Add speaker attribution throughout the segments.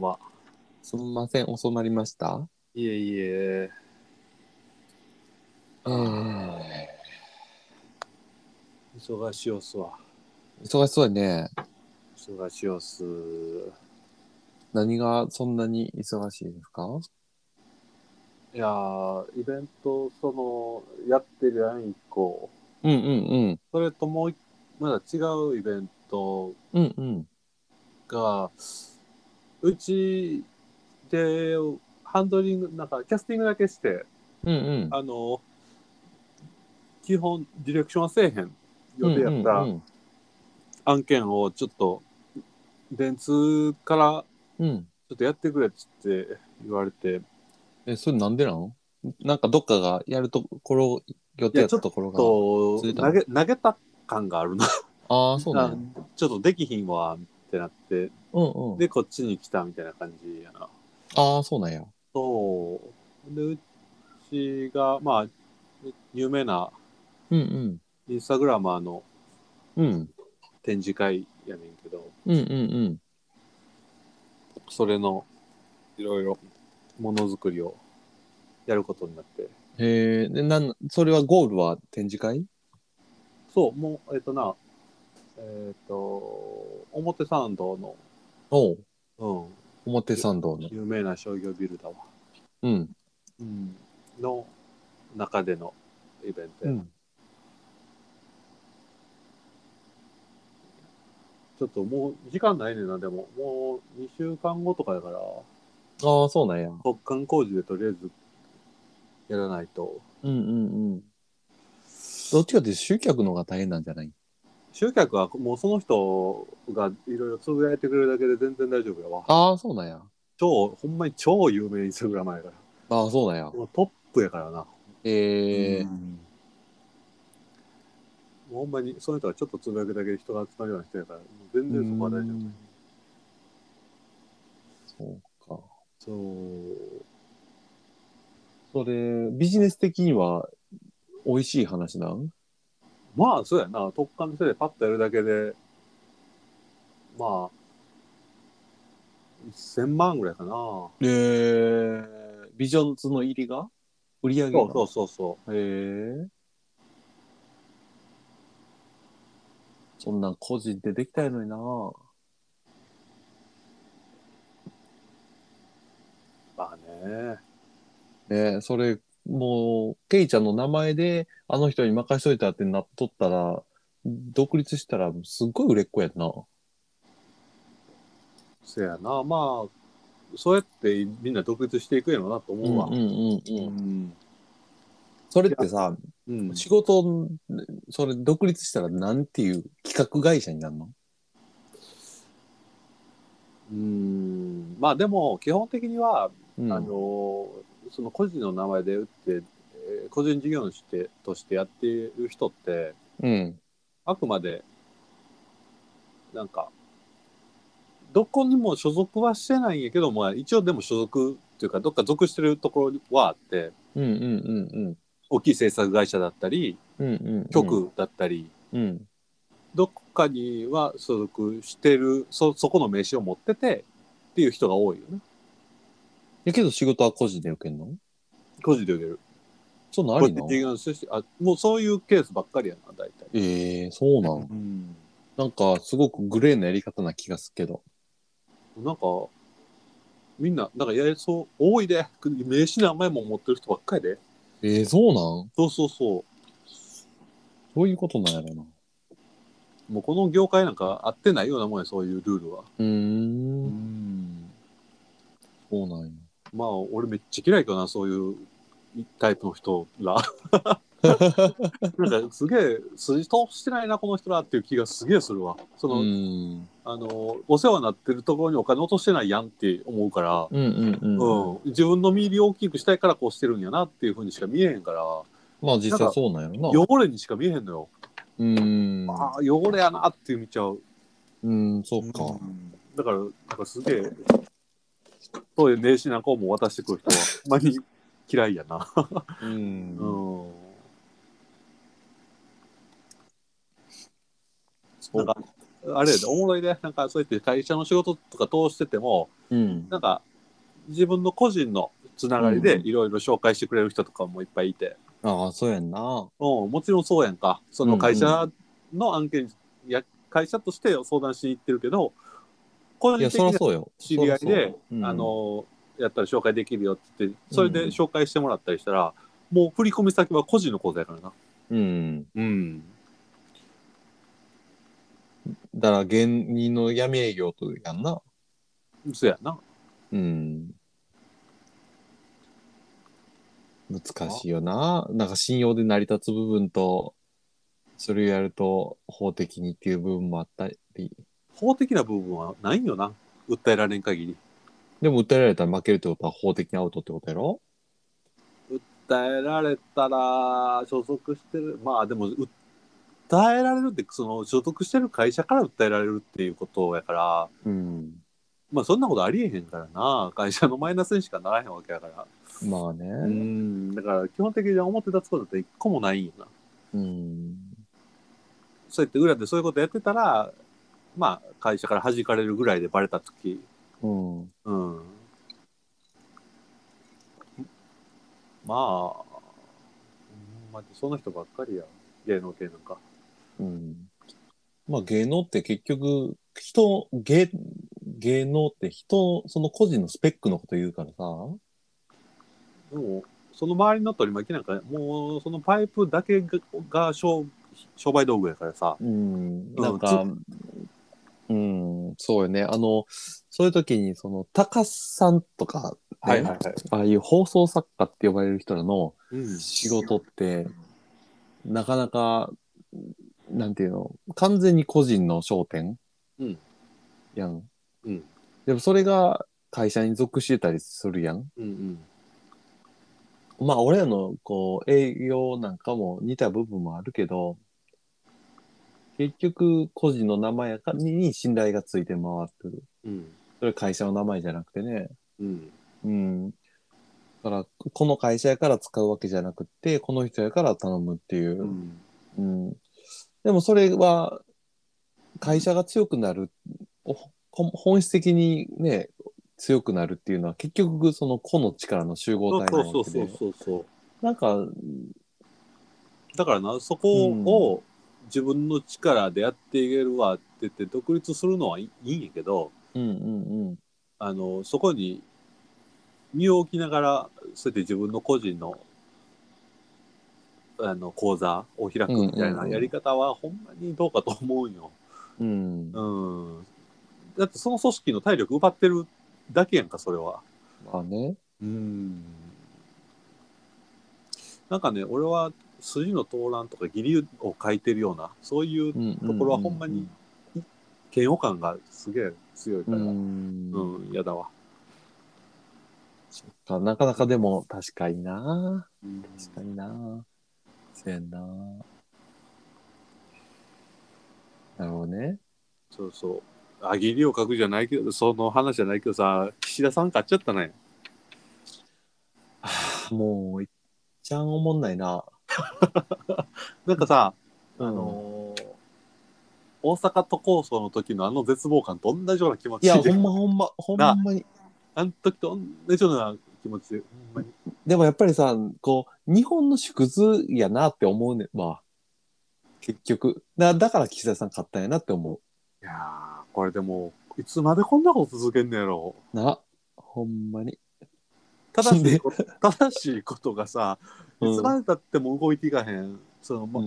Speaker 1: ば。
Speaker 2: すみません、遅まりました。
Speaker 1: いえいえ。忙しいおすわ。
Speaker 2: 忙しそうやね。
Speaker 1: 忙しいおす。
Speaker 2: 何がそんなに忙しいですか？
Speaker 1: いやー、イベント、やってるやん、一個。
Speaker 2: うんうん
Speaker 1: それともうまだ違うイベント
Speaker 2: うんうん
Speaker 1: が、うちでハンドリング、なんかキャスティングだけして、
Speaker 2: うんうん
Speaker 1: あの、基本ディレクションはせえへん予
Speaker 2: うん
Speaker 1: 定やった
Speaker 2: うん
Speaker 1: 案件をちょっと電通から
Speaker 2: うん。
Speaker 1: ちょっとやってくれって言われて、
Speaker 2: それなんでなの？なんかどっかがやるところ、予定やっ
Speaker 1: いや、ちょっ
Speaker 2: たところがず
Speaker 1: と
Speaker 2: れたの？
Speaker 1: 投げた感があるな。
Speaker 2: ああー、そうなんや。
Speaker 1: ちょっとできひんわってなって、
Speaker 2: うんうん。
Speaker 1: で、こっちに来たみたいな感じやな。
Speaker 2: ああ、そうなんや。
Speaker 1: そう。で、うちが、まあ、有名な
Speaker 2: うんうん
Speaker 1: インスタグラマーの
Speaker 2: うん
Speaker 1: 展示会やねんけど、
Speaker 2: うんうん
Speaker 1: それのいろいろものづくりをやることになって。
Speaker 2: うん。へえ、で、それはゴールは展示会？
Speaker 1: そう、もう、表参道の、
Speaker 2: おう、
Speaker 1: うん、
Speaker 2: 表参道の。
Speaker 1: 有名な商業ビルだわ。
Speaker 2: うん。
Speaker 1: うん、の中でのイベントやな。
Speaker 2: うん。
Speaker 1: ちょっともう時間ないねんな、でも。もう2週間後とかやから、
Speaker 2: ああ、そうなんや。
Speaker 1: 突貫工事でとりあえずやらないと。
Speaker 2: うんうんうん。どっちかっていうと集客の方が大変なんじゃない？
Speaker 1: 集客はもうその人がいろいろつぶやいてくれるだけで全然大丈夫やわ。
Speaker 2: ああ、そうなんや。
Speaker 1: ほんまに超有名インスタグラマーやから。
Speaker 2: ああ、そうなんや。
Speaker 1: もうトップやからな。う
Speaker 2: ええ、
Speaker 1: ん。もうほんまに、その人がちょっとつぶやくだけで人が集まるような人やから、もう全
Speaker 2: うー
Speaker 1: 然そこは大丈夫。
Speaker 2: ん。そうか。
Speaker 1: そう。
Speaker 2: それ、ビジネス的には美味しい話なん？
Speaker 1: まあ、そうやな。突貫の人でパッとやるだけで、まあ、1000万ぐらいかな。そ
Speaker 2: ビジョンズの入りが売り上げが？
Speaker 1: うそうそうそ
Speaker 2: へえ。そんなん個人でできたいのにな。
Speaker 1: う。まあね。
Speaker 2: ねえ、それ、もう、ケイちゃんの名前であの人に任しといたってなっとったら、独立したらすっごい売れっ子やんな。
Speaker 1: せやな。まあ、そうやってみんな独立していくやろなと思うわ。
Speaker 2: うんうんうん
Speaker 1: う
Speaker 2: うん。
Speaker 1: ん。
Speaker 2: それ
Speaker 1: いや、
Speaker 2: ってさ、
Speaker 1: うん。
Speaker 2: 仕事、それ独立したらなんていう企画会社になるの？
Speaker 1: まあでも、基本的には、あの
Speaker 2: うん。
Speaker 1: その個人の名前で売って、個人事業主としてやっている人って、
Speaker 2: うん。
Speaker 1: あくまで、なんか、どこにも所属はしてないんやけど、まあ一応でも所属っていうか、どっか属してるところはあって、
Speaker 2: うんうんうんうん。
Speaker 1: 大きい制作会社だったり、
Speaker 2: うんうんうん。
Speaker 1: 局だったり、
Speaker 2: うん。
Speaker 1: どっかには所属してる、そこの名刺を持っててっていう人が多いよね。
Speaker 2: やけど仕事は個人で受けんの？
Speaker 1: 個人で受ける。
Speaker 2: そんなんあ
Speaker 1: 個人事
Speaker 2: りなん？
Speaker 1: 業主として、もうそういうケースばっかりやな、大体。
Speaker 2: ええー、そうなん。
Speaker 1: うん。
Speaker 2: なんか、すごくグレーなやり方な気がするけど。
Speaker 1: なんか、みんな、なんかやりそう、多いで。名刺名前も持ってる人ばっかりで。
Speaker 2: ええー、そうなん？
Speaker 1: そうそうそ
Speaker 2: そういうことなんやろな。
Speaker 1: う。もうこの業界なんか合ってないようなもんや、そういうルールは。
Speaker 2: うー
Speaker 1: う
Speaker 2: ん、
Speaker 1: ん。
Speaker 2: そうなんや。
Speaker 1: まあ、俺めっちゃ嫌いかな、そういうタイプの人ら。なんかすげえ筋通してないな、この人らっていう気がすげえするわ。
Speaker 2: うーん、
Speaker 1: お世話になってるところにお金落としてないやんって思うから、
Speaker 2: うんうんうんうん。
Speaker 1: 自分の身入りを大きくしたいからこうしてるんやなっていうふうにしか見えへんから、
Speaker 2: まあ実際
Speaker 1: なんか
Speaker 2: そうなんやろな。
Speaker 1: 汚れにしか見えへんのよ。
Speaker 2: うーん、
Speaker 1: ああ、汚れやなって見ちゃう。
Speaker 2: うーん、そっ
Speaker 1: う
Speaker 2: か。
Speaker 1: ん、だから、なんかすげえ、そういう名刺なんかをもう渡してくる人は、ほんまに嫌いやな。
Speaker 2: うーん、
Speaker 1: うん。なんか、
Speaker 2: そうか。
Speaker 1: あれやで、おもろいで、なんかそうやって会社の仕事とか通してても、
Speaker 2: うん。
Speaker 1: なんか自分の個人のつながりでいろいろ紹介してくれる人とかもいっぱいいて、
Speaker 2: ああ、そうやんな。
Speaker 1: もちろんそうやんか。その会社の案件や、会社として相談しに行ってるけど、個
Speaker 2: いや、そら
Speaker 1: 人的な
Speaker 2: そうよ。
Speaker 1: 知
Speaker 2: そら
Speaker 1: り合いで、
Speaker 2: そう。うん。
Speaker 1: やったら紹介できるよって言って、それで紹介してもらったりしたら、もう振込先は個人の口座やからな。
Speaker 2: うん。
Speaker 1: うん。
Speaker 2: だから芸人の闇営業とやんな。
Speaker 1: そうやな。
Speaker 2: うん。難しいよな。なんか信用で成り立つ部分と、それをやると法的にっていう部分もあったり。
Speaker 1: 法的な部分はないんよな。訴えられん限り。
Speaker 2: でも訴えられたら負けるってことは法的にアウトってことやろ？
Speaker 1: 訴えられたら、所属してる、まあでも、訴えられるって、その所属してる会社から訴えられるっていうことやから、
Speaker 2: うん。
Speaker 1: まあそんなことありえへんからな。会社のマイナスにしかならへんわけやから。
Speaker 2: まあね。
Speaker 1: だから基本的に表立つことって一個もないんよな。
Speaker 2: うん。
Speaker 1: そうやって裏でそういうことやってたら、まあ会社から弾かれるぐらいでバレたとき、
Speaker 2: うん。
Speaker 1: うん。まあ、まあ、その人ばっかりや。芸能系なんか。
Speaker 2: うん。まあ芸能って結局、芸能って人、その個人のスペックのこと言うからさ。
Speaker 1: でも、その周りの取り巻きなんか、もうそのパイプだけが商売道具やからさ。
Speaker 2: うん。な
Speaker 1: うん、
Speaker 2: んか、うん、そうよね。そういう時に、高須さんとかね、
Speaker 1: はいはいはい。
Speaker 2: ああいう放送作家って呼ばれる人らの
Speaker 1: うん。
Speaker 2: 仕事って、なかなか、なんていうの、完全に個人の商店
Speaker 1: うん。
Speaker 2: やん。
Speaker 1: うん。
Speaker 2: でもそれが会社に属してたりするやん。
Speaker 1: うん。
Speaker 2: まあ、俺らの、こう、営業なんかも似た部分もあるけど、結局、個人の名前やからに信頼がついて回ってる。
Speaker 1: うん。
Speaker 2: それ会社の名前じゃなくてね。
Speaker 1: うん。
Speaker 2: うん。だから、この会社やから使うわけじゃなくて、この人やから頼むっていう。
Speaker 1: うん。
Speaker 2: うん。でもそれは、会社が強くなる、本質的にね、強くなるっていうのは、結局、その個の力の集合体な
Speaker 1: そうそう
Speaker 2: わけで。
Speaker 1: そうそうそうそう。
Speaker 2: なんか、
Speaker 1: だからな、そ
Speaker 2: う
Speaker 1: こ
Speaker 2: ん。
Speaker 1: を自分の力でやっていけるわって言って独立するのはいいんやけど、
Speaker 2: うんうんうん。
Speaker 1: そこに身を置きながら、そうやって自分の個人の、講座を開
Speaker 2: うん
Speaker 1: くみたいなやり
Speaker 2: うん
Speaker 1: 方はほんまにどうかと思うんよ。
Speaker 2: うん。うん。
Speaker 1: うん。だってその組織の体力奪ってるだけやんか、それは。
Speaker 2: まあね。
Speaker 1: うん。なんかね、俺は筋の通らんとか義理を書いてるような、そういう
Speaker 2: うんう
Speaker 1: ところはほんまに
Speaker 2: ん
Speaker 1: 嫌悪感がすげえ強い
Speaker 2: うん。
Speaker 1: から、
Speaker 2: うん。
Speaker 1: 嫌だわ。
Speaker 2: そっか、なかなかでも確かにな。
Speaker 1: うん、
Speaker 2: 確かにな。そうやんな。なるほどね。
Speaker 1: そうそう。あ、義理を書くじゃないけど、その話じゃないけどさ、岸田さん買っちゃったね。
Speaker 2: もう、いっちゃんおもんないな。
Speaker 1: なんかさ、
Speaker 2: うん。
Speaker 1: 大阪都構想の時のあの絶望感と同じような気持
Speaker 2: いや、
Speaker 1: ちで、
Speaker 2: ほ
Speaker 1: な、
Speaker 2: んまに。
Speaker 1: あの時と同じような気持ちで、ほんまに。
Speaker 2: でもやっぱりさ、こう、日本の縮図やなって思うね。まあ、結局。だから岸田さん買ったんやなって思
Speaker 1: いやー、これでも、いつまでこんなこと続けんねやろ。
Speaker 2: う。な。ほんまに。で、
Speaker 1: 正しいことがさ、いつ
Speaker 2: うん。
Speaker 1: までたっても動いていかへん。
Speaker 2: うん。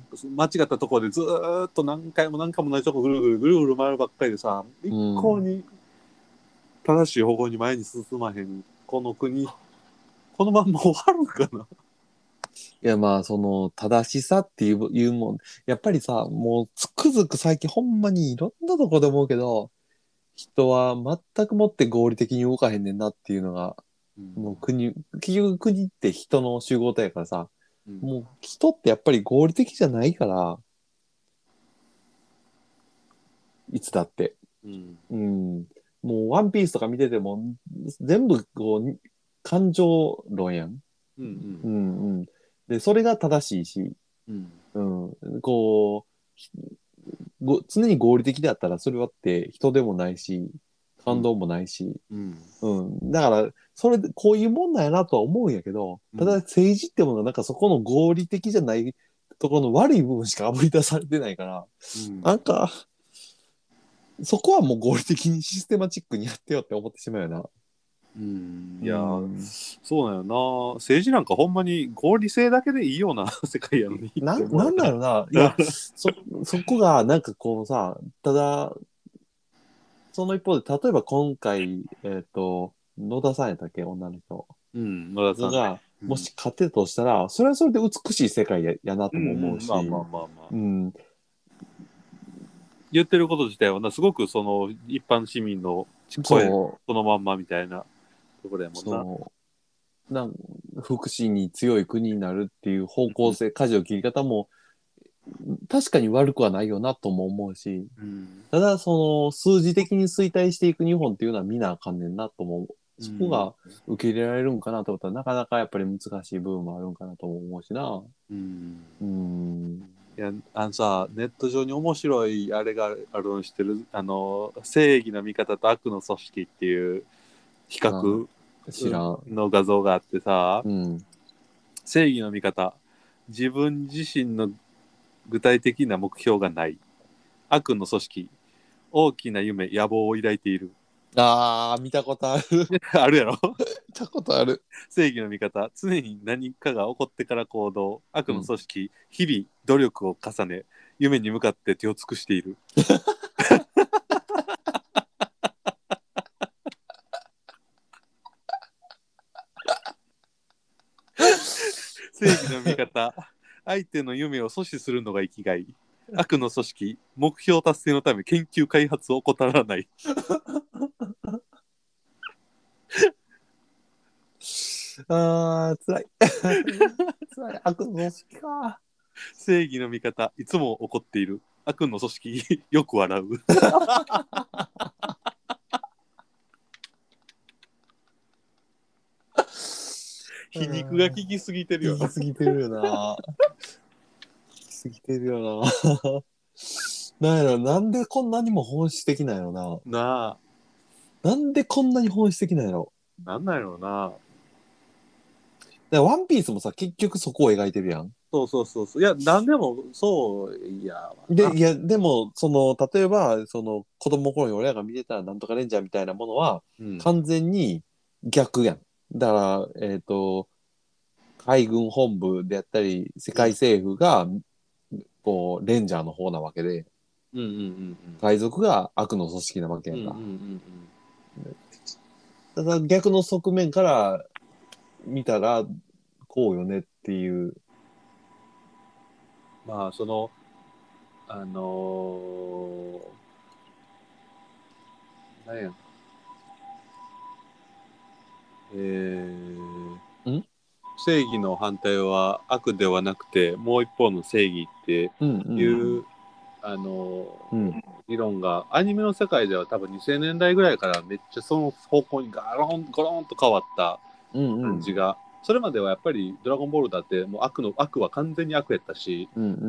Speaker 1: 間違ったところでずーっと何回も何回も同じとこぐるぐるぐるぐる回るばっかりでさ、一
Speaker 2: うん。
Speaker 1: 向に正しい方向に前に進まへん、この国、このまんま終わるんかな。
Speaker 2: いや、まあ、正しさっていうもん。やっぱりさ、もう、つくづく最近ほんまにいろんなとこで思うけど、人は全くもって合理的に動かへんねんなっていうのが、
Speaker 1: うん。
Speaker 2: もう結局国って人の集合体やからさ、
Speaker 1: うん。
Speaker 2: もう人ってやっぱり合理的じゃないから、いつだって。
Speaker 1: うん。
Speaker 2: うん。もうワンピースとか見てても、全部こう、感情論やん。
Speaker 1: うん。うん。
Speaker 2: うんうん。で、それが正しいし、
Speaker 1: うん。
Speaker 2: うん。こう、 常に合理的であったらそれはって人でもないし感動もないし、
Speaker 1: うん
Speaker 2: だからそれでこういうもんなんやなとは思うんやけど、ただ政治ってものはなんかそこの合理的じゃないところの悪い部分しかあぶり出されてないから、なんかそこはもう合理的にシステマチックにやってよって思ってしまうよな。
Speaker 1: いや、そうなんよな。政治なんかほんまに合理性だけでいいような世界やのに。
Speaker 2: なんだろうな。いや、そこがなんかこうさ、ただ、その一方で、例えば今回、野田さんやったっけ、女の人。
Speaker 1: 野田さん。
Speaker 2: が、もし勝てるとしたら、それはそれで美しい世界やなとも思うし。
Speaker 1: まあまあまあまあ。言ってること自体はな、すごくその一般市民の声そのまんまみたいなところやもんな。
Speaker 2: そう福祉に強い国になるっていう方向性、舵を切り方も確かに悪くはないよなとも思うし、ただその数字的に衰退していく日本っていうのは見なあかんねんなとも、そこが受け入れられるんかなと思ったら、なかなかやっぱり難しい部分もあるんかなとも思うしな。
Speaker 1: いや、さ、ネット上に面白いあれがあるの知ってる？正義の味方と悪の組織っていう比較の画像があってさ、正義の味方、自分自身の具体的な目標がない。悪の組織、大きな夢、野望を抱いている。
Speaker 2: 見たことある。
Speaker 1: あるやろ？
Speaker 2: 見たことある。
Speaker 1: 正義の味方、常に何かが起こってから行動。悪の組織、日々努力を重ね、夢に向かって手を尽くしている。正義の味方、相手の夢を阻止するのが生きがい。悪の組織、目標達成のため研究開発を怠らない。
Speaker 2: 辛い。辛い。悪の組織か。
Speaker 1: 正義の味方、いつも怒っている。悪の組織、よく笑う。皮肉が効きすぎてるよな。
Speaker 2: 効きすぎてるよな。効きすぎてるよな。なんやろ、なんでこんなにも本質的なんやろな。
Speaker 1: なあ。
Speaker 2: なんでこんなに本質的なんやろ。
Speaker 1: なんなんやろな。
Speaker 2: ワンピースもさ、結局そこを描いてるやん。
Speaker 1: そう。いや、なんでも、そういや。
Speaker 2: でも、例えば、子供の頃に俺らが見てたなんとかレンジャーみたいなものは、完全に逆やん。だから、海軍本部であったり、世界政府が、こう、レンジャーの方なわけで、海賊が悪の組織なわけやんか。ただ逆の側面から見たら、こうよねっていう。
Speaker 1: まあ、何や。正義の反対は悪ではなくて、もう一方の正義っていう、理論が、アニメの世界では多分2000年代ぐらいからめっちゃその方向にゴロンと変わった感じが、それまではやっぱりドラゴンボールだってもう悪は完全に悪やったし、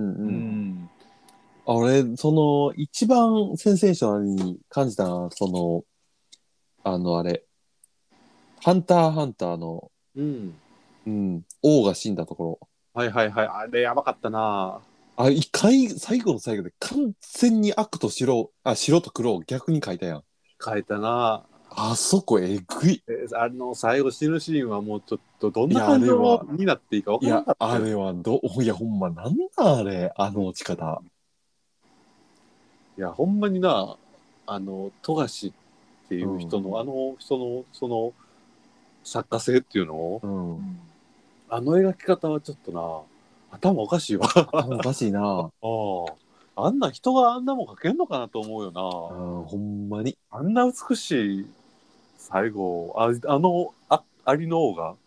Speaker 2: 俺、一番センセーショナルに感じたのは、あれ、ハンターハンターの、王が死んだところ。
Speaker 1: はい、あれやばかったな。
Speaker 2: 最後の最後で完全に悪と白と黒を逆に書いたやん。
Speaker 1: 書いたな。
Speaker 2: あそこえぐい。
Speaker 1: 最後死ぬシーンはもうちょっとどんな感情になっていいか分からなかった。
Speaker 2: あれはほんまなんだあれ、あの落ち方。
Speaker 1: いや、ほんまにな、富樫っていう人の、その作家性っていうのを、あの描き方はちょっとな、頭おかしいわ。
Speaker 2: 頭おかしいな。
Speaker 1: あんな人があんなもん描けんのかなと思うよな。
Speaker 2: ほんまに。
Speaker 1: あんな美しい最後、ありの王が。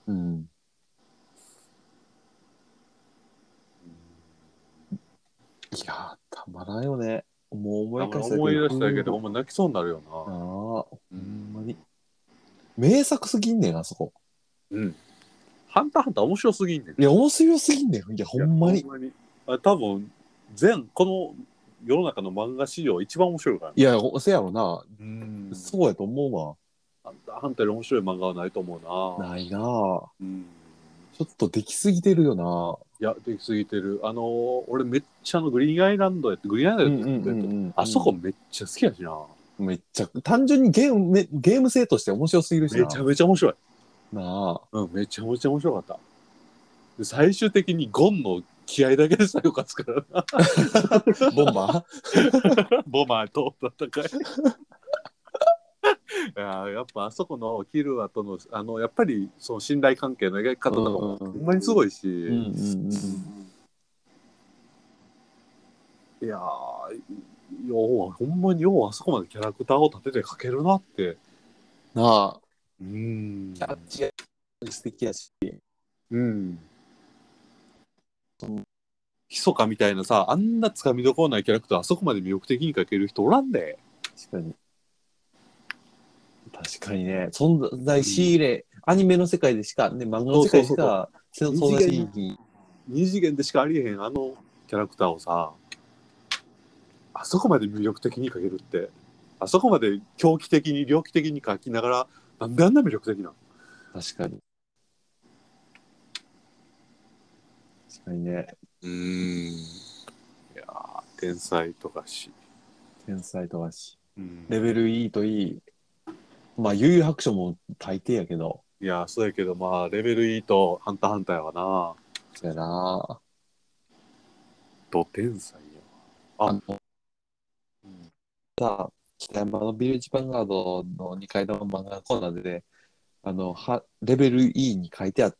Speaker 2: いやたまらんよね。もう
Speaker 1: 思い出しただけでほんま泣きそうになるよな。
Speaker 2: ほんまに。名作すぎんねん、あそこ。
Speaker 1: ハンターハンター面白すぎんねん。
Speaker 2: いや、面白すぎんねん。いや、ほんまに。
Speaker 1: 多分、この世の中の漫画史上一番面白いからね。
Speaker 2: いや、せやろな。
Speaker 1: うん
Speaker 2: そうやと思うわ。
Speaker 1: ハンターハンターより面白い漫画はないと思うな。
Speaker 2: ないなぁ。
Speaker 1: うん。
Speaker 2: ちょっとできすぎてるよな。
Speaker 1: いや、できすぎてる。俺めっちゃグリーンアイランドやって、グリーンアイランドやって、あそこめっちゃ好きやしな。
Speaker 2: めっちゃ、単純にゲーム性として面白すぎるしな。
Speaker 1: めちゃめちゃ面白い。
Speaker 2: なあ。
Speaker 1: うん、めちゃめちゃ面白かった。で最終的にゴンの気合だけで最後勝つからな。
Speaker 2: ボンバー
Speaker 1: ボマーと戦い。やっぱあそこのキルアとのやっぱりその信頼関係の描き方とかもほんまにすごいし、いやほんまにようあそこまでキャラクターを立てて描けるなって。
Speaker 2: なあ。
Speaker 1: キャ
Speaker 2: ッチ素敵やし。
Speaker 1: ひそかみたいなさ、あんなつかみどころないキャラクターあそこまで魅力的に描ける人おらんで。
Speaker 2: 確かにね、存在仕入れ、アニメの世界でしか、ね、漫画の世界でしか、存在しに。
Speaker 1: 二次元でしかありえへんあのキャラクターをさ、あそこまで魅力的に描けるって、あそこまで狂気的に猟奇的に描きながら、なんであんな魅力的なの？
Speaker 2: 確かに。確かにね。
Speaker 1: いや天才とかし。
Speaker 2: 天才とかし。レベル E といい。まあ、悠々白書も大抵やけど。
Speaker 1: いや、そうやけど、まあ、レベル E とハンターハンターやわな。
Speaker 2: そうやな。
Speaker 1: ど天才やわ。
Speaker 2: さあ、北山のビレッジヴァンガードの2階の漫画コーナーで、レベル E に書いてあった、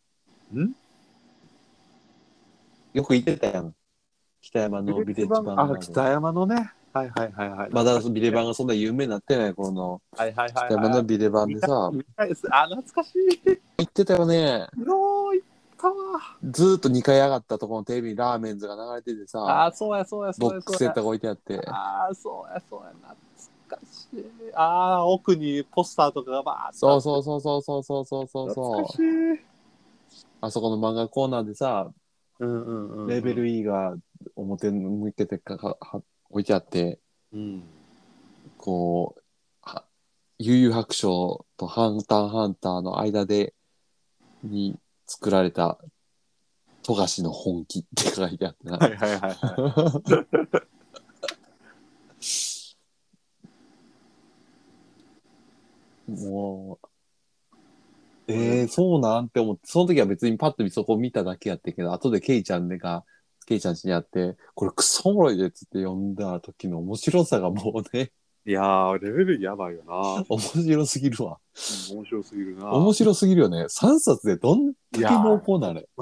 Speaker 2: よく言ってたやん。北山のビレッジヴァンガード。
Speaker 1: 北山のね。はいはいはいはい。
Speaker 2: まだビレバンがそんな有名になってない頃の、北山のビレバンでさ、
Speaker 1: 懐かしい。
Speaker 2: 言ってたよね。ずーっと2階上がったところのテレビにラーメンズが流れててさ、
Speaker 1: そうやそうや
Speaker 2: ボックスセットが置いてあって。
Speaker 1: そうや懐かしい。奥にポスターとかがバーッ
Speaker 2: と。そう。
Speaker 1: 懐かしい。
Speaker 2: あそこの漫画コーナーでさ、レベル E が表向けて置いてあって、こう、悠々白書とハンターハンターの間に作られた富樫の本気って書いてあってな。もう、そうなんて思って、その時は別にパッとそこを見ただけやってけど、後でケイちゃん家にあって、これクソおもろいでっつって読んだ時の面白さがもうね。
Speaker 1: いやー、レベルやばいよな。
Speaker 2: 面白すぎるわ。
Speaker 1: 面白すぎるな。
Speaker 2: 面白すぎるよね。3冊でどんだけ濃厚なれ。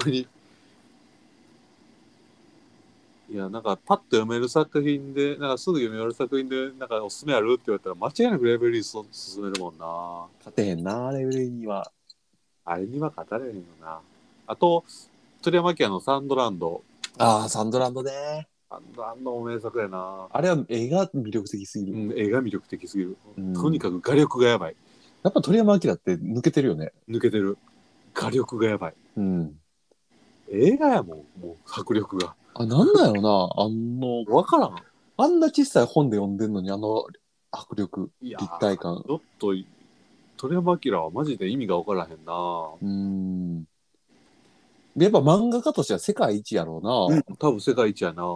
Speaker 1: いや、なんかパッと読める作品で、なんかすぐ読める作品で、なんかおすすめあるって言われたら間違いなくレベルに進めるもんな。
Speaker 2: 勝てへんな、レベルには。
Speaker 1: あれには勝たれへんよな。あと、鳥山家のサンドランド。
Speaker 2: サンドランドね。
Speaker 1: サンドランドも名作やな。
Speaker 2: あれは絵が魅力的すぎる。
Speaker 1: 絵が魅力的すぎる。とにかく画力がやばい。
Speaker 2: やっぱ鳥山明って抜けてるよね。
Speaker 1: 抜けてる。画力がやばい。映画やもん、もう迫力が。
Speaker 2: なんだよな、
Speaker 1: わからん。
Speaker 2: あんな小さい本で読んでんのに、迫力、立体感。
Speaker 1: ちょっと、鳥山明はマジで意味がわからへんな。
Speaker 2: やっぱ漫画家としては世界一やろうな。
Speaker 1: 多分世界一やな。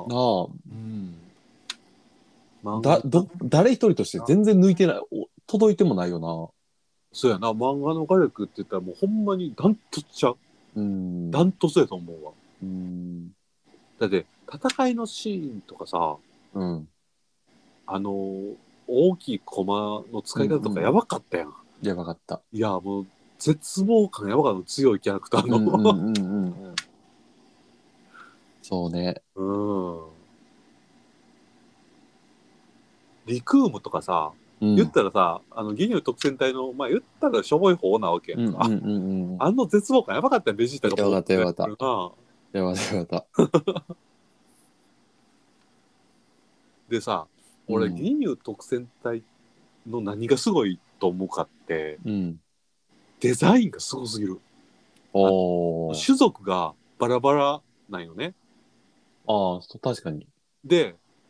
Speaker 2: 誰一人として全然抜いてない、届いてもないよな。
Speaker 1: そうやな、漫画の画力って言ったらもうほんまにダントツちゃう。ダントツやと思うわ。だって戦いのシーンとかさ、大きい駒の使い方とかやばかったやん。
Speaker 2: やばかった。
Speaker 1: いや、もう絶望感やばかった、強いキャラクターの。
Speaker 2: そうね。
Speaker 1: リクームとかさ、言ったらさ、ギニュー特戦隊の、まあ言ったらしょぼい方なわけやんか。絶望感やばかったよ、ベジータが。
Speaker 2: やばかった。
Speaker 1: でさ、俺、ギニュー特戦隊の何がすごいと思うかって、デザインがすごすぎる。種族がバラバラなんよね。
Speaker 2: 確かに。
Speaker 1: で、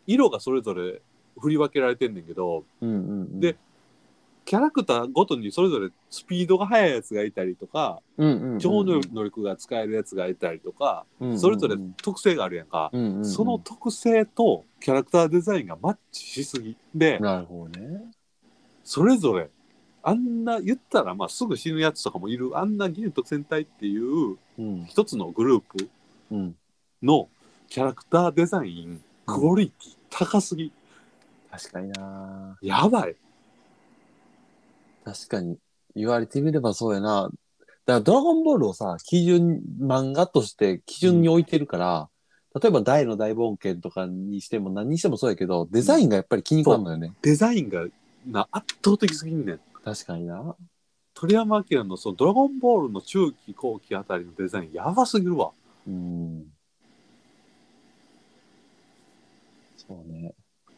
Speaker 1: 色がそれぞれ振り分けられてんねんけど、
Speaker 2: うんうんうん、
Speaker 1: でキャラクターごとにそれぞれスピードが速いやつがいたりとか、
Speaker 2: うんうんうんうん、
Speaker 1: 超能力が使えるやつがいたりとか、
Speaker 2: うんうんうん、
Speaker 1: それぞれ特性があるやんか、
Speaker 2: うんうんうん、
Speaker 1: その特性とキャラクターデザインがマッチしすぎで、
Speaker 2: なるほどね。
Speaker 1: それぞれあんな言ったらまあすぐ死ぬやつとかもいる、あんな銀特戦隊っていう一つのグループのキャラクターデザイン、クオリティ高すぎ。
Speaker 2: 確かにな。
Speaker 1: やばい。
Speaker 2: 確かに。言われてみればそうやな。だからドラゴンボールをさ、漫画として基準に置いてるから、例えば大の大冒険とかにしても何にしてもそうやけど、デザインがやっぱり気に食わんのよね。
Speaker 1: デザインが圧倒的すぎんねん。
Speaker 2: 確かにな。
Speaker 1: 鳥山明のそのドラゴンボールの中期後期あたりのデザインやばすぎるわ。
Speaker 2: うん。そうね。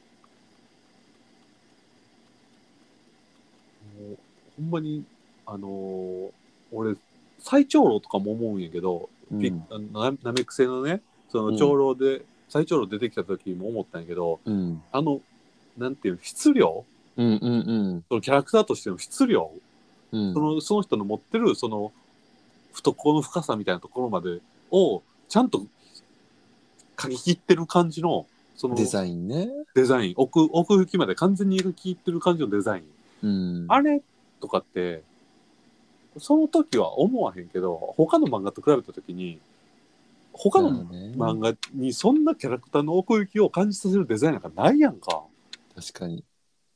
Speaker 1: もうほんまに俺最長老とかも思うんやけど、ナメック星のね、その長老で、最長老出てきた時も思ったんやけど、なんていうの、質量、そのキャラクターとしての質量、その人の持ってるその懐の深さみたいなところまでをちゃんと書き切ってる感じのその
Speaker 2: デザインね。
Speaker 1: デザイン、奥行きまで完全に描き切ってる感じのデザイン、あれとかってその時は思わへんけど、他の漫画と比べた時に他の漫画にそんなキャラクターの奥行きを感じさせるデザインなんかないやんか。
Speaker 2: 確かに。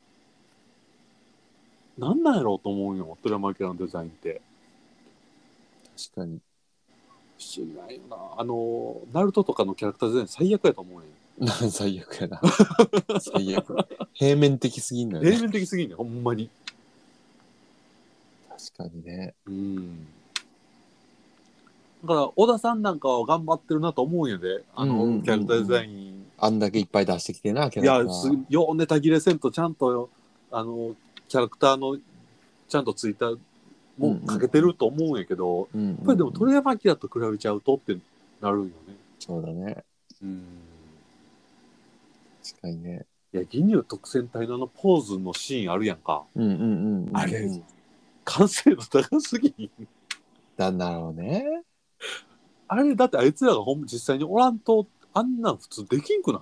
Speaker 1: なんなんやろうと思うよ、鳥山明のデザインって。
Speaker 2: 確かに。
Speaker 1: 不思議ないよな。ナルトとかのキャラクターデザイン最悪やと思うね
Speaker 2: ん。最悪やな。最悪。平面的すぎんのよね。
Speaker 1: 平面的すぎんねほんまに。
Speaker 2: 確かにね。
Speaker 1: だから小田さんなんかは頑張ってるなと思うんやで、キャラクターデザイン。
Speaker 2: あんだけいっぱい出してきてな、キャラクター。
Speaker 1: いや、ようネタ切れせんとちゃんとキャラクターのちゃんとついたもかけてると思うんやけど、やっぱりでも鳥山明と比べちゃうとってなるよね。
Speaker 2: そうだね。確かにね。
Speaker 1: いや、義乳特選隊のポーズのシーンあるやんか。あれ、完成度高すぎん。
Speaker 2: なんだろうね。
Speaker 1: あれ、だってあいつらが実際におらんと、あんなん普通できんくない？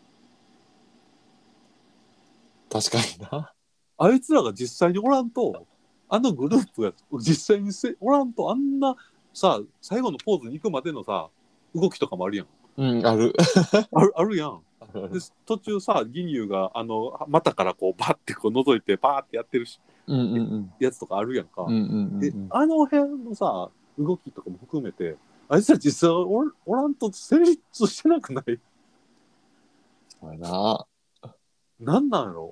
Speaker 2: 確かにな。
Speaker 1: あいつらが実際におらんと、あのグループが実際におらんと、あんなさ、最後のポーズに行くまでのさ、動きとかもあるやん。
Speaker 2: ある。
Speaker 1: あるやん。で途中さ、義乳が股からこうバッてこう覗いてバーってやってるし、やつとかあるやんか。で、あの辺のさ、動きとかも含めて、あいつら実際おらんと成立してなくない？
Speaker 2: そうやな。
Speaker 1: なんなんやろ？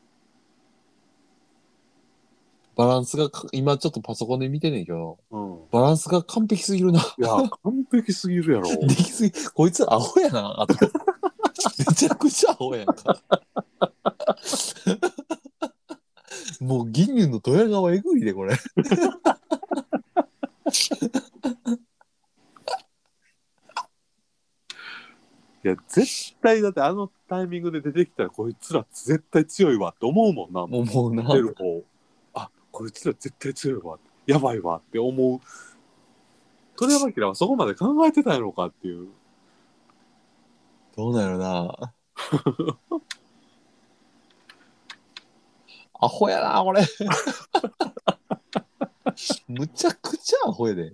Speaker 2: バランスが今ちょっとパソコンで見てんねんけど、バランスが完璧すぎるな。
Speaker 1: いや、完璧すぎるやろ。
Speaker 2: できすぎ、こいつアホやな、あと。めちゃくちゃアホやんか。もう銀龍のドヤ顔えぐいで、これ。
Speaker 1: いや、絶対だってあのタイミングで出てきたらこいつら絶対強いわって思うもんな。
Speaker 2: 思うな。
Speaker 1: 出る方。あ、こいつら絶対強いわ。やばいわって思う。鳥山明はそこまで考えてたんやろうかっていう。
Speaker 2: どうなんやろな。アホやな、これ。むちゃくちゃアホやで。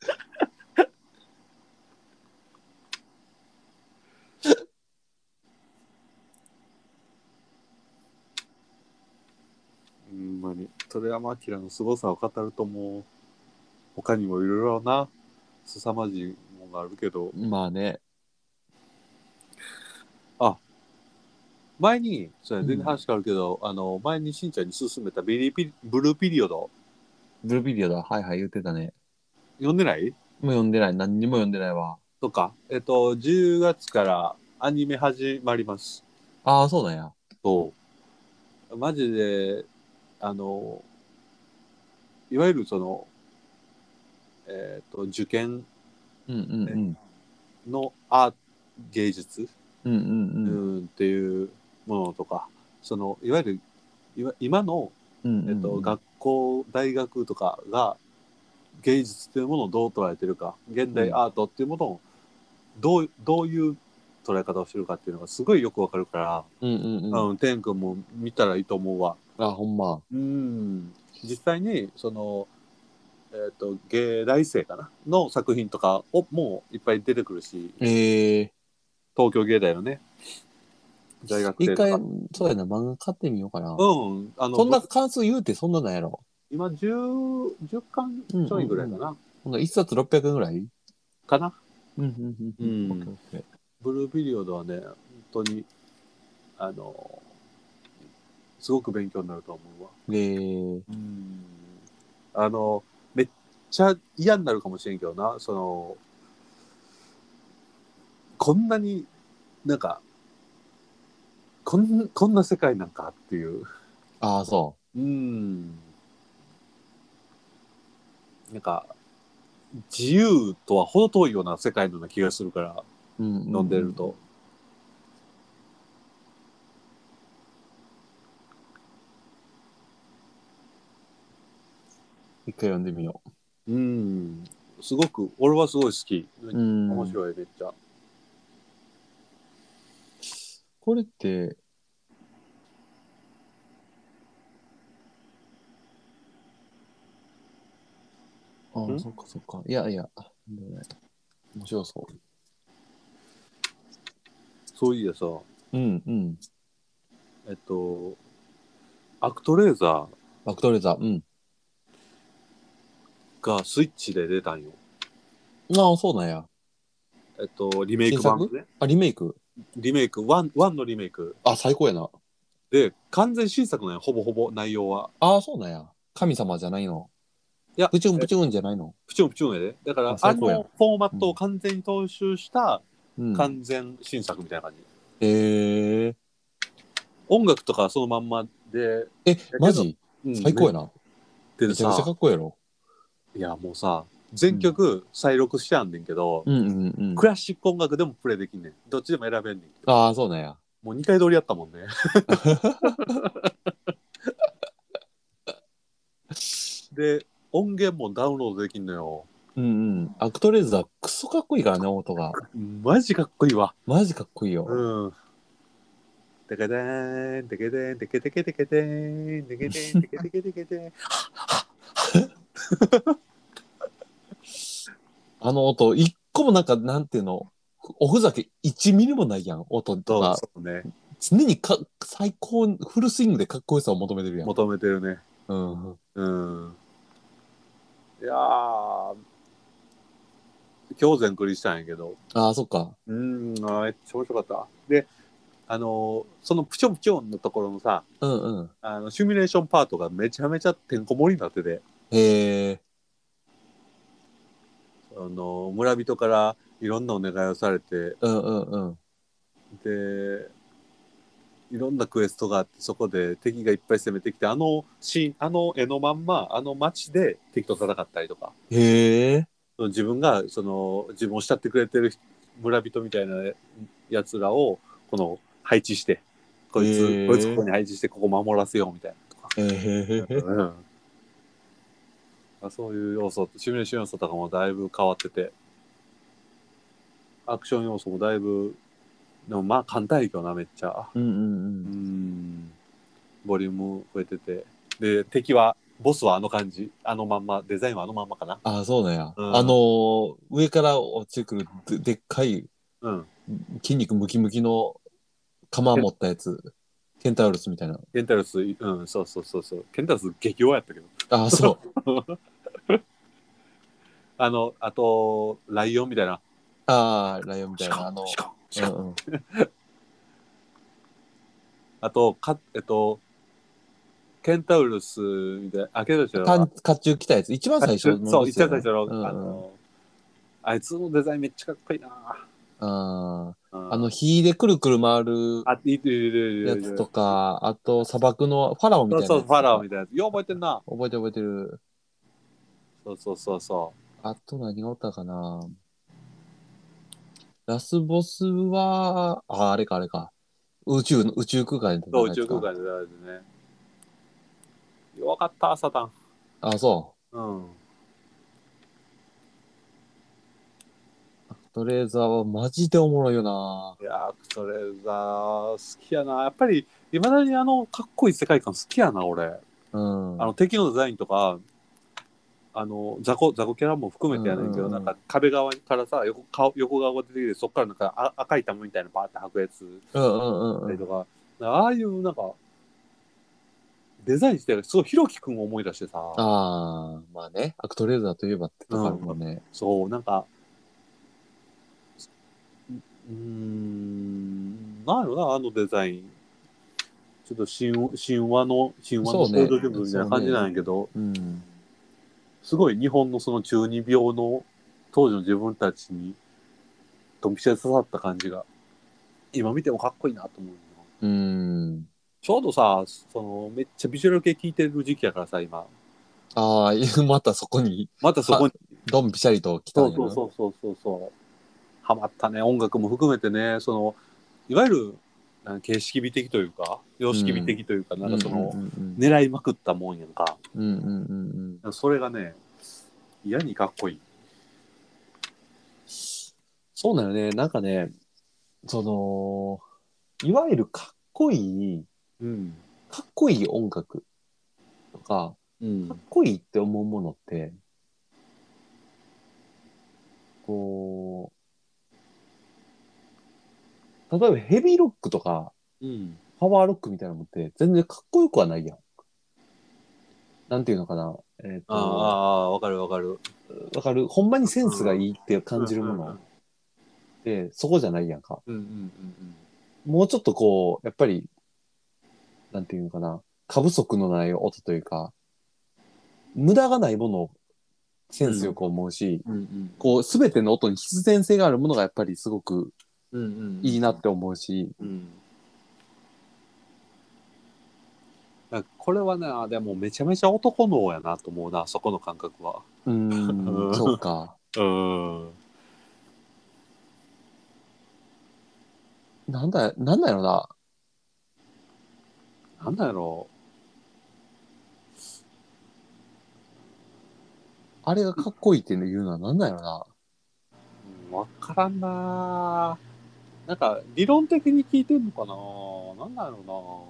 Speaker 1: ほんまに。鳥山明の凄さを語るともう、他にもいろいろな凄まじいものがあるけど。
Speaker 2: まあね。
Speaker 1: あ、前に、それ全然話変わるけど、前にしんちゃんに勧めたブルーピリオド。
Speaker 2: ブルーピリオド、はいはい言ってたね。
Speaker 1: 読んでない？
Speaker 2: もう読んでない。何にも読んでないわ。
Speaker 1: とか。10月からアニメ始まります。
Speaker 2: ああ、そうなんや。
Speaker 1: そう。マジで、いわゆるその、受験の芸術
Speaker 2: うんうん
Speaker 1: っていうものとか、そのいわゆる今の、学校大学とかが芸術というものをどう捉えてるか、現代アートっていうものをどういう捉え方をしてるかっていうのがすごいよくわかるから、天君も見たらいいと思うわ。
Speaker 2: あ、ほんま。
Speaker 1: 実際にその芸大生かなの作品とかもういっぱい出てくるし、東京芸大のね大学
Speaker 2: 一回
Speaker 1: 生とか、
Speaker 2: そうやな、漫画買ってみようかな。
Speaker 1: そ
Speaker 2: んな関数言うてそんななんやろ。
Speaker 1: 今10巻ちょいぐらいかな、
Speaker 2: ほんな一冊600円ぐらい
Speaker 1: かな。
Speaker 2: オッケーオッケー。
Speaker 1: ブルーピリオドはね本当にすごく勉強になると思うわ。めっちゃ嫌になるかもしれんけどな、そのこんなになんかこんな世界なんかっていう。
Speaker 2: ああ、そ
Speaker 1: なんか自由とは程遠いような世界のような気がするから、読んでると。
Speaker 2: 一回読んでみよ
Speaker 1: う。すごく、俺はすごい好き。面白い、めっちゃ。
Speaker 2: これって、ああ、そっかそっか。いやいや、面白そう。
Speaker 1: そういやさ、
Speaker 2: うんうん。
Speaker 1: アクトレーザ
Speaker 2: バクトレーザー、うん。
Speaker 1: ーがスイッチで出たんよ。
Speaker 2: ああ、そうなんや。
Speaker 1: リメイク版ね。
Speaker 2: あ、リメイク
Speaker 1: ワンのリメイク。
Speaker 2: あ、最高やな。
Speaker 1: で、完全新作なんよ、ほぼほぼ内容は。
Speaker 2: ああ、そうなんや。神様じゃないの。
Speaker 1: いや、
Speaker 2: プチュンプチュンじゃないの。
Speaker 1: プチュンプチュンやで。だから、
Speaker 2: 最高やん。
Speaker 1: フォーマットを完全に踏襲した完全新作みたいな感じ。
Speaker 2: へえ。
Speaker 1: 音楽とかそのまんまで。
Speaker 2: マジ最高やな。めちゃくちゃかっこいいやろ。
Speaker 1: いや、もうさ、全曲再録してあんねんけど、クラシック音楽でもプレイできんねん。どっちでも選べんねん。
Speaker 2: ああ、そうなんや。
Speaker 1: もう2回通りやったもんね。で、音源もダウンロードできんのよ。
Speaker 2: アクトレーザークソかっこいいからね、音が。
Speaker 1: マジかっこいいわ。
Speaker 2: マジかっこいいよ。
Speaker 1: テケテン、テケテン、テケテケテケテン、テケテン、テケテケテケテン。
Speaker 2: あの音、一個もなんていうの、おふざけ1ミリもないやん、音とか。
Speaker 1: そうね。
Speaker 2: 常に最高、フルスイングでかっこよさを求めてるやん。
Speaker 1: 求めてるね。いやー、今日全クリしたんやけど。
Speaker 2: ああ、そっか。
Speaker 1: めっちゃ面白かった。で、そのプチョンプチョンのところのさ、シミュレーションパートがめちゃめちゃてんこ盛りになってて。
Speaker 2: へえ。
Speaker 1: 村人からいろんなお願いをされて、で、いろんなクエストがあって、そこで敵がいっぱい攻めてきて、あの絵のまんま、あの街で敵と戦ったりとか。
Speaker 2: へえ。
Speaker 1: 自分が、自分を慕ってくれてる村人みたいなやつらを、配置して、こいつここに配置して、ここ守らせようみたいなとか。そういう要素、シミュレーション要素とかもだいぶ変わってて、アクション要素もだいぶ、でもまあ簡単やけどな、めっちゃ。ボリューム増えてて。で、ボスはあの感じ。あのまんま、デザインはあのまんまかな。
Speaker 2: ああ、そうなんや。上から落ちてくるでっかい、筋肉ムキムキの鎌持ったやつ。ケンタウルスみたいな。
Speaker 1: ケンタウルス、そうそうそうそう。ケンタウルス激弱やったけど。
Speaker 2: ああ、そう。
Speaker 1: あと、ライオンみたいな。
Speaker 2: ああ、ライオンみたいな。
Speaker 1: あと、ケンタウルスみたいな。ケンタウルス
Speaker 2: 甲冑着たやつ。一番最初の、
Speaker 1: そう、一番最初の、あいつのデザインめっちゃかっこいいな。
Speaker 2: 火でくるくる回るやつとか、あと砂漠のファラオみたいなやつ。
Speaker 1: そう、ファラオみたいなやつ。よう覚えてんな。
Speaker 2: 覚えてる。
Speaker 1: そう。
Speaker 2: あと何がおったかな。 ラスボスは、あれかあれか。宇宙空間で戦
Speaker 1: そう、宇
Speaker 2: うやつか。
Speaker 1: 宙空間でやられてね。弱かった、サタン。
Speaker 2: あ、そ
Speaker 1: うん。
Speaker 2: う。アクトレーザーはマジでおもろいよな。
Speaker 1: いやー、それが好きやな。やっぱり、いまだにかっこいい世界観好きやな、俺。
Speaker 2: うん。
Speaker 1: 敵のデザインとか、雑魚キャラも含めてやねんけど、なんか壁側からさ、横側が出てきて、そっからなんか赤い玉みたいなのパーって吐くやつ、
Speaker 2: うんうんうんうん。
Speaker 1: たりとか、ああいうなんか、デザインしてすごいひろきくんを思い出してさ、
Speaker 2: ああ、まあね。アクトレーザーといえばってとこある
Speaker 1: うん、
Speaker 2: もんね。
Speaker 1: そう、なんか、なんやろな、あのデザイン。ちょっと神話の
Speaker 2: そうね。
Speaker 1: 登場人物みたいな感じ
Speaker 2: そうね。
Speaker 1: なんやけど、
Speaker 2: うん。
Speaker 1: すごい日本のその中二病の当時の自分たちにドンピシャで刺さった感じが、今見てもかっこいいなと思うよ。
Speaker 2: うん。
Speaker 1: ちょうどさ、めっちゃビジュアル系聞いてる時期やからさ、今。
Speaker 2: ああ、またそこに、は、
Speaker 1: またそこに、
Speaker 2: ドンピシャリと来た
Speaker 1: そう
Speaker 2: んやな。
Speaker 1: そう、ハマったね、音楽も含めてね、いわゆる、形式美的というか、様式美
Speaker 2: うん。
Speaker 1: 的というか、
Speaker 2: うんうんうん
Speaker 1: 狙いまくったもんやんか。
Speaker 2: うん。うんうんうんうん。
Speaker 1: それがね、嫌にかっこいい。
Speaker 2: そうだよね。なんかね、その、いわゆる
Speaker 1: うん。
Speaker 2: かっこいい音楽とか、かっ
Speaker 1: うん。
Speaker 2: こいいって思うものって、こ例えばヘビーロックとか、
Speaker 1: うん。
Speaker 2: パワーロックみたいなのって全然かっこよくはないやん。なんていうのかな。
Speaker 1: わかるわかる。
Speaker 2: わかるほんまにセンスが
Speaker 1: うん。
Speaker 2: いいって感
Speaker 1: うん
Speaker 2: じるものってそこじゃないやんか。
Speaker 1: うんうん
Speaker 2: もうちょっとこう、やっぱり、なんていうのかな。過不足のない音というか、無駄がないものをセ
Speaker 1: うんうん。
Speaker 2: ンスよく思うし、
Speaker 1: うんうん
Speaker 2: こう、すべての音に必然性があるものがやっぱりすごく
Speaker 1: うんうん
Speaker 2: いいなって思うし、
Speaker 1: うん。これはね、でもめちゃめちゃ男脳やなと思うな、そこの感覚は。
Speaker 2: そうか。
Speaker 1: うん。
Speaker 2: なんだよな。
Speaker 1: なんだろ
Speaker 2: あれがかっこいいっていうのはなんだよな。
Speaker 1: う。わからんな。なんか、理論的に聞いてんのかな。なんだろ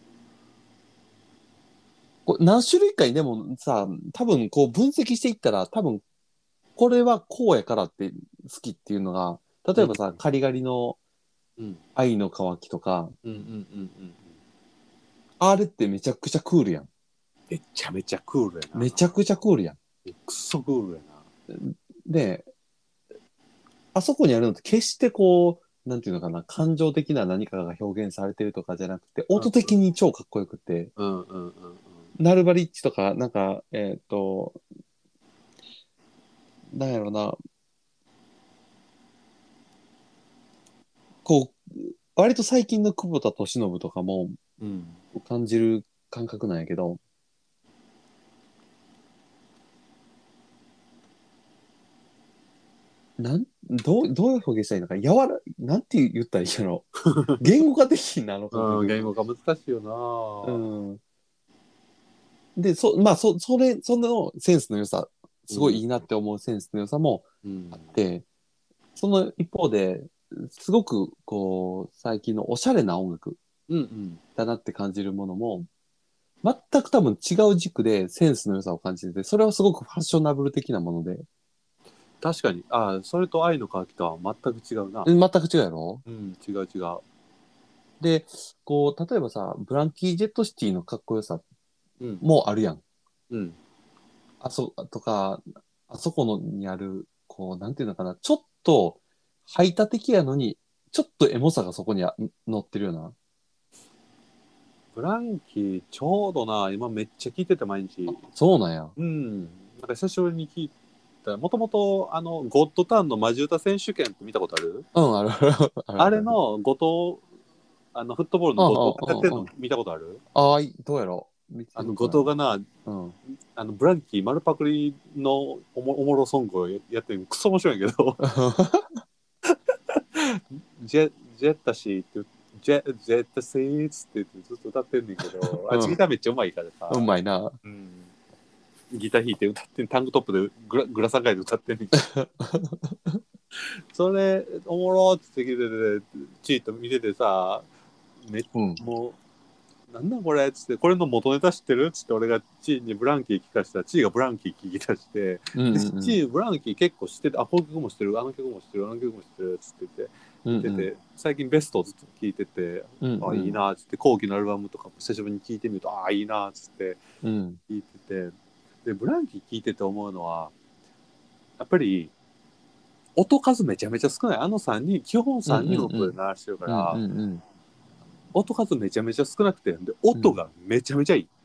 Speaker 2: こう何種類かにでもさ、多分こう分析していったら、多分これはこうやからって好きっていうのが、
Speaker 1: うな。
Speaker 2: 例えばさ、カリガリの
Speaker 1: うん。
Speaker 2: 愛の渇きとか、
Speaker 1: うんうんうんうん。
Speaker 2: あれってめちゃくちゃクールやん。
Speaker 1: めちゃめちゃクールやな。
Speaker 2: めちゃくちゃクールやん。
Speaker 1: くっそクールやな。
Speaker 2: で、あそこにあるのって決してこう、なんていうのかな、感情的な何かが表現されてるとかじゃなくて、音的に超かっこよくて、
Speaker 1: うんうんうんうん。
Speaker 2: ナルバリッチとか、なんか、なんやろな、こう、割と最近の久保田利伸とかも
Speaker 1: うん。
Speaker 2: 感じる感覚なんやけど、どういう表現したらいいのか、なんて言ったらいいんやろ。言語化できんな、あの感
Speaker 1: うん、
Speaker 2: 覚。
Speaker 1: 言語が難しいよ
Speaker 2: う
Speaker 1: な。
Speaker 2: ん。で、まあ、そのセンスの良さ、すごい
Speaker 1: うん。
Speaker 2: いいなって思うセンスの良さも
Speaker 1: うん。
Speaker 2: あって、その一方で、すごく、こう、最近のおしゃれな音楽
Speaker 1: うんうん。
Speaker 2: だなって感じるものも、全く多分違う軸でセンスの良さを感じてて、それはすごくファッショナブル的なもので、
Speaker 1: 確かに。それと愛の渇きとは全く違うな。
Speaker 2: 全く違うやろ。
Speaker 1: うん、違う違う。
Speaker 2: で、こう、例えばさ、ブランキー・ジェット・シティのかっこよさ
Speaker 1: うん。
Speaker 2: もあるやん。
Speaker 1: うん。
Speaker 2: とか、あそこのにある、こう、なんていうのかな、ちょっと排他的やのに、ちょっとエモさがそこに乗ってるような。
Speaker 1: ブランキー、ちょうどな、今めっちゃ聞いてて毎日。
Speaker 2: そうなんや。
Speaker 1: うん。なんか久しぶりに聞いた。もともと、ゴッドタウンのマジ歌選手権って見たことある？
Speaker 2: うん、あるあるあ
Speaker 1: あれ
Speaker 2: る。
Speaker 1: の後藤、フットボールの
Speaker 2: うんう
Speaker 1: 後藤がやってる
Speaker 2: んうんうん。
Speaker 1: の見たことある？
Speaker 2: どうやろう。見てるか
Speaker 1: 後
Speaker 2: な。
Speaker 1: 藤がな、
Speaker 2: うん。
Speaker 1: ブランキー丸パクリのおもろソングをやってるクソ面白いんやけど、 ジェッタシーってジェッタシーって言ってずっと歌ってんねんけど、あっちギターめっちゃうまいからさ、
Speaker 2: うまいな。
Speaker 1: うん、ギター弾いて歌ってん、タンクトップでグラサンガイで歌ってんねんけどそれおもろって聞いててチート見ててさ、もうなんだこれっつって、これの元ネタ知ってるっつって俺がチーにブランキー聞かしたらチーがブランキー聞き出して、チーブランキー結構知ってて、あ、この曲も知ってる、あの曲も知ってる、あの曲も知ってるっつって言ってて、最近ベストをずっと聞いてて、あ、いいなっつって、後期のアルバムとかも久しぶりに聞いてみると、あ、いいなっつって聞いてて、でブランキー聞いてて思うのはやっぱり音数めちゃめちゃ少ない。あの3人基本3人の音で鳴らしてるから、音数めちゃめちゃ少なくて、で音がめちゃめちゃいい。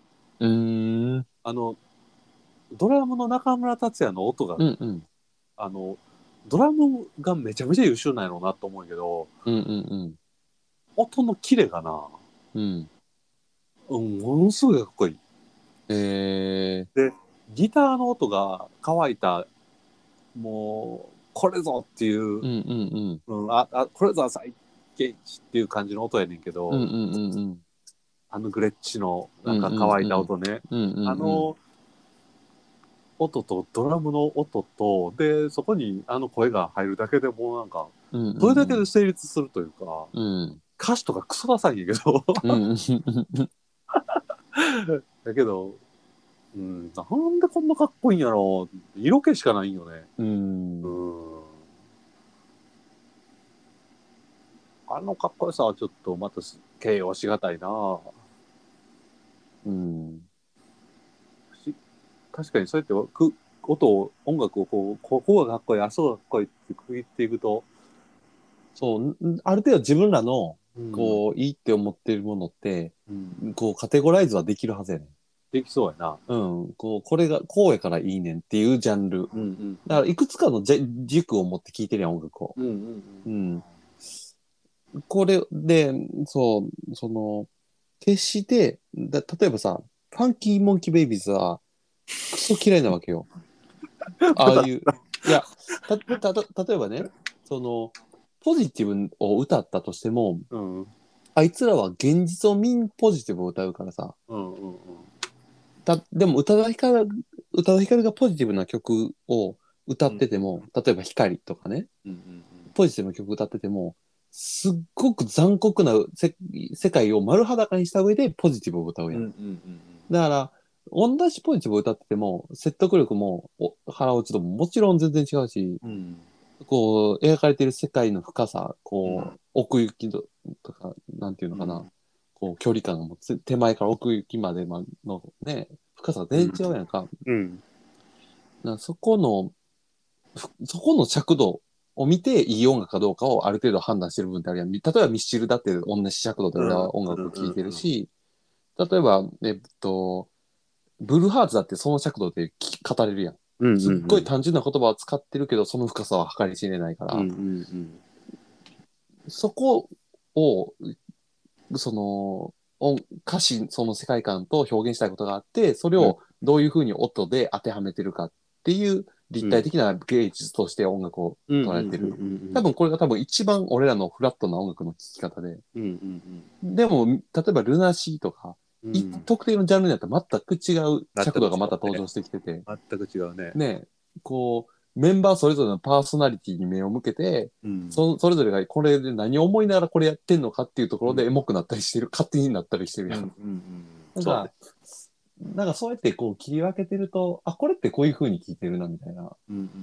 Speaker 1: ドラムの中村達也の音が、ドラムがめちゃめちゃ優秀なんやろうなと思うけど、音のキレがな、ものすごいかっこいい。でギターの音が乾いた、もうこれぞっていう、これぞ最ゲージっていう感じの音やねんけど、あのグレッチのなんか乾いた音ね、あの音とドラムの音とでそこにあの声が入るだけでもうなんか、それだけで成立するというか、歌詞とかクソダサいんやけどだけど、なんでこんなかっこいいんやろ、色気しかないんよね。あのかっこよさはちょっとまた形容しがたいな。確かにそうやって音楽をここがかっこいい、あそこがかっこいいって区切っていくと、
Speaker 2: そうある程度自分らのこう、いいって思ってるものって、こうカテゴライズはできるはずやねん。
Speaker 1: できそうやな。
Speaker 2: これがこうやからいいねんっていうジャンル。だからいくつかの軸を持って聴いてるやん、音楽を。これで、その、決して、例えばさ、ファンキーモンキーベイビーズは、クソ嫌いなわけよ。ああいう、いや、例えばね、ポジティブを歌ったとしても、あいつらは現実を見んポジティブを歌うからさ、でも宇多田ヒカルがポジティブな曲を歌ってても、例えば光とかね、ポジティブな曲歌ってても、すっごく残酷な世界を丸裸にした上でポジティブを歌うやん。だから、同じポジティブを歌ってても、説得力も腹落ち度ももちろん全然違うし、こう、描かれている世界の深さ、こう、奥行きとか、なんていうのかな、こう、距離感が手前から奥行きまでのね、深さが全然違うやんか。そこの尺度を見ていい音楽かどうかをある程度判断してる部分ってあるやん。例えばミスチルだって同じ尺度で俺は音楽を聴いてるし、例えば、ブルーハーツだってその尺度で語れるやん。すっごい単純な言葉を使ってるけど、その深さは計り知れないから、そこを、歌詞、その世界観と表現したいことがあって、それをどういうふうに音で当てはめてるかっていう立体的な芸術として音楽を捉えてる。多分これが一番俺らのフラットな音楽の聴き方で。でも、例えばルナシーとか、特定のジャンルによって全く違う尺度がまた登場してきてて。
Speaker 1: 全く違うね。
Speaker 2: ね、こう、メンバーそれぞれのパーソナリティに目を向けて、それぞれがこれで何を思いながらこれやってんのかっていうところでエモくなったりしてる、勝手になったりしてるやん。なんかそうやってこう切り分けてると、あ、これってこういう風に聞いてるなみたいな。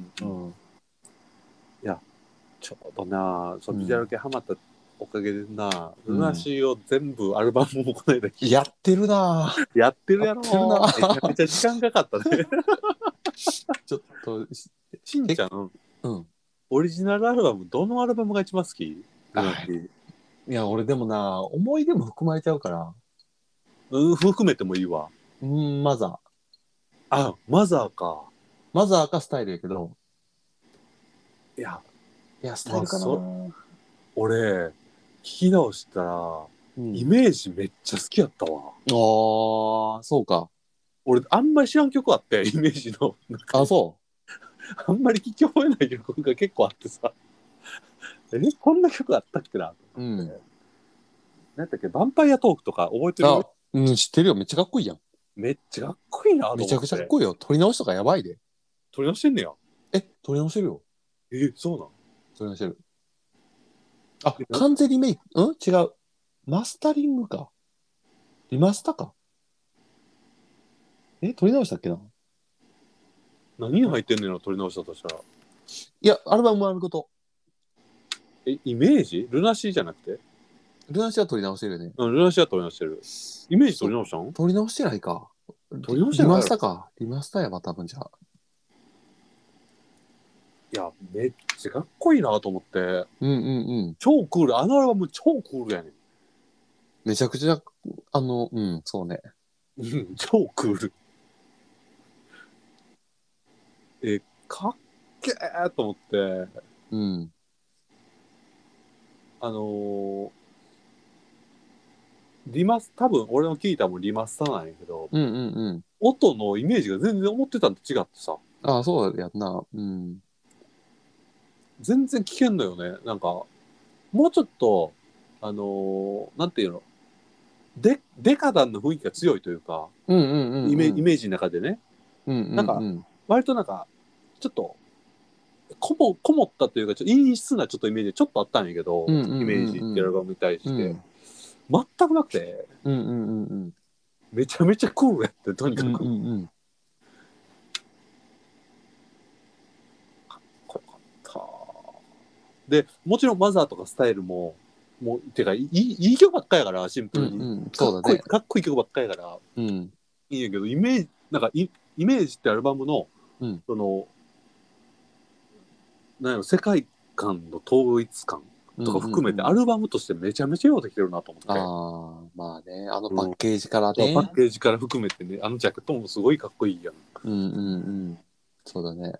Speaker 1: いや、ちょうどな、ビジュアル系ハマったおかげでな、ルナシーを全部アルバムもこの間
Speaker 2: やってるな
Speaker 1: やってるやろ。めちゃめちゃ時間かかったね。
Speaker 2: ちょっと、
Speaker 1: しんちゃん、オリジナルアルバム、どのアルバムが一番好き？い
Speaker 2: や、俺でもな、思い出も含まれちゃうから。
Speaker 1: 含めてもいいわ。
Speaker 2: マザー。
Speaker 1: あ、マザーか。
Speaker 2: マザーかスタイルやけど。
Speaker 1: いや、
Speaker 2: スタイルかな。
Speaker 1: 俺、聞き直したら、イメージめっちゃ好きやったわ。
Speaker 2: ああ、そうか。
Speaker 1: 俺、あんまり知らん曲あって、イメージの。
Speaker 2: あ、そう。
Speaker 1: あんまり聞き覚えない曲が結構あってさ。 こんな曲あったっけなと思って。なんだっけ、ヴァンパイアトークとか覚えてる？
Speaker 2: 知ってるよ。めっちゃかっこいいやん。
Speaker 1: めっちゃかっこいいなと思って。
Speaker 2: めちゃくちゃかっこいいよ。撮り直しとかやばいで。
Speaker 1: 撮り直してんねや。
Speaker 2: 撮り直してるよ。
Speaker 1: そうなん？
Speaker 2: 撮り直してる。完全リメイク。違う。マスタリングか。リマスタか。撮り直したっけな。
Speaker 1: 何が入ってんねんの、撮り直したとしたら。
Speaker 2: いや、アルバムあること。
Speaker 1: イメージルナシーじゃなくて？
Speaker 2: ルナシーは撮り直してるよね。
Speaker 1: ルナシーは撮り直してる。イメージ撮り直したん？
Speaker 2: 撮り直してないか。
Speaker 1: 撮り直してない。
Speaker 2: リマスタか。リマスタやわ、多分じゃあ。
Speaker 1: いや、めっちゃかっこいいなと思って。超クール。あのアルバム超クールやねん。
Speaker 2: めちゃくちゃ、そうね。
Speaker 1: 超クール。かっけーと思って。多分俺の聞いたもリマスタなんやけど、音のイメージが全然思ってたんと違ってさ。
Speaker 2: そうやんな。
Speaker 1: 全然聞けんのよね。なんか、もうちょっと、なんていうの、デカダンの雰囲気が強いというか、イメージの中でね。なんか、割となんか、ちょっと、こもったというか、ちょっと陰湿なちょっとイメージちょっとあったんやけど、イメージっていうアルバムに対して、全くなくて、めちゃめちゃクールやって、とにかく。かっこよかった。で、もちろんマザーとかスタイルも、てかいい曲ばっかやから、シンプルに。
Speaker 2: そうだね。
Speaker 1: かっこいい曲ばっかやから、いいんやけど、イメージってアルバムの、その、世界観の統一感とか含めて、アルバムとしてめちゃめちゃようできてるなと思って。
Speaker 2: まあね、パッケージからね。
Speaker 1: パッケージから含めてね、ジャケットもすごいかっこいいやん。
Speaker 2: そうだね。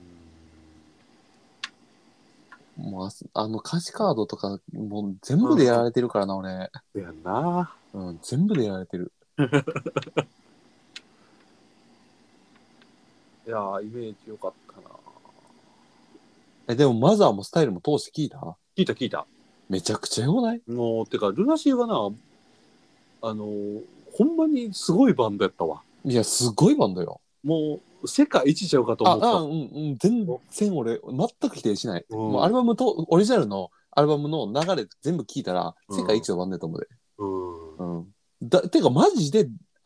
Speaker 2: もう歌詞カードとかもう全部でやられてるからな、俺。
Speaker 1: やんな。
Speaker 2: 全部でやられてる。
Speaker 1: いやー、イメージよかったな。
Speaker 2: でもマザーもスタイルも通して聞いた？
Speaker 1: 聞いた。
Speaker 2: めちゃくちゃよくない？
Speaker 1: もう、てか、ルナシーはな、ほんまにすごいバンドやったわ。
Speaker 2: いや、すごいバンドよ。
Speaker 1: もう、世界一ちゃうかと思った。
Speaker 2: 全然俺、全く否定しない。もうアルバムと、オリジナルのアルバムの流れ全部聞いたら、世界一のバンドやと思うで。てか、マジで、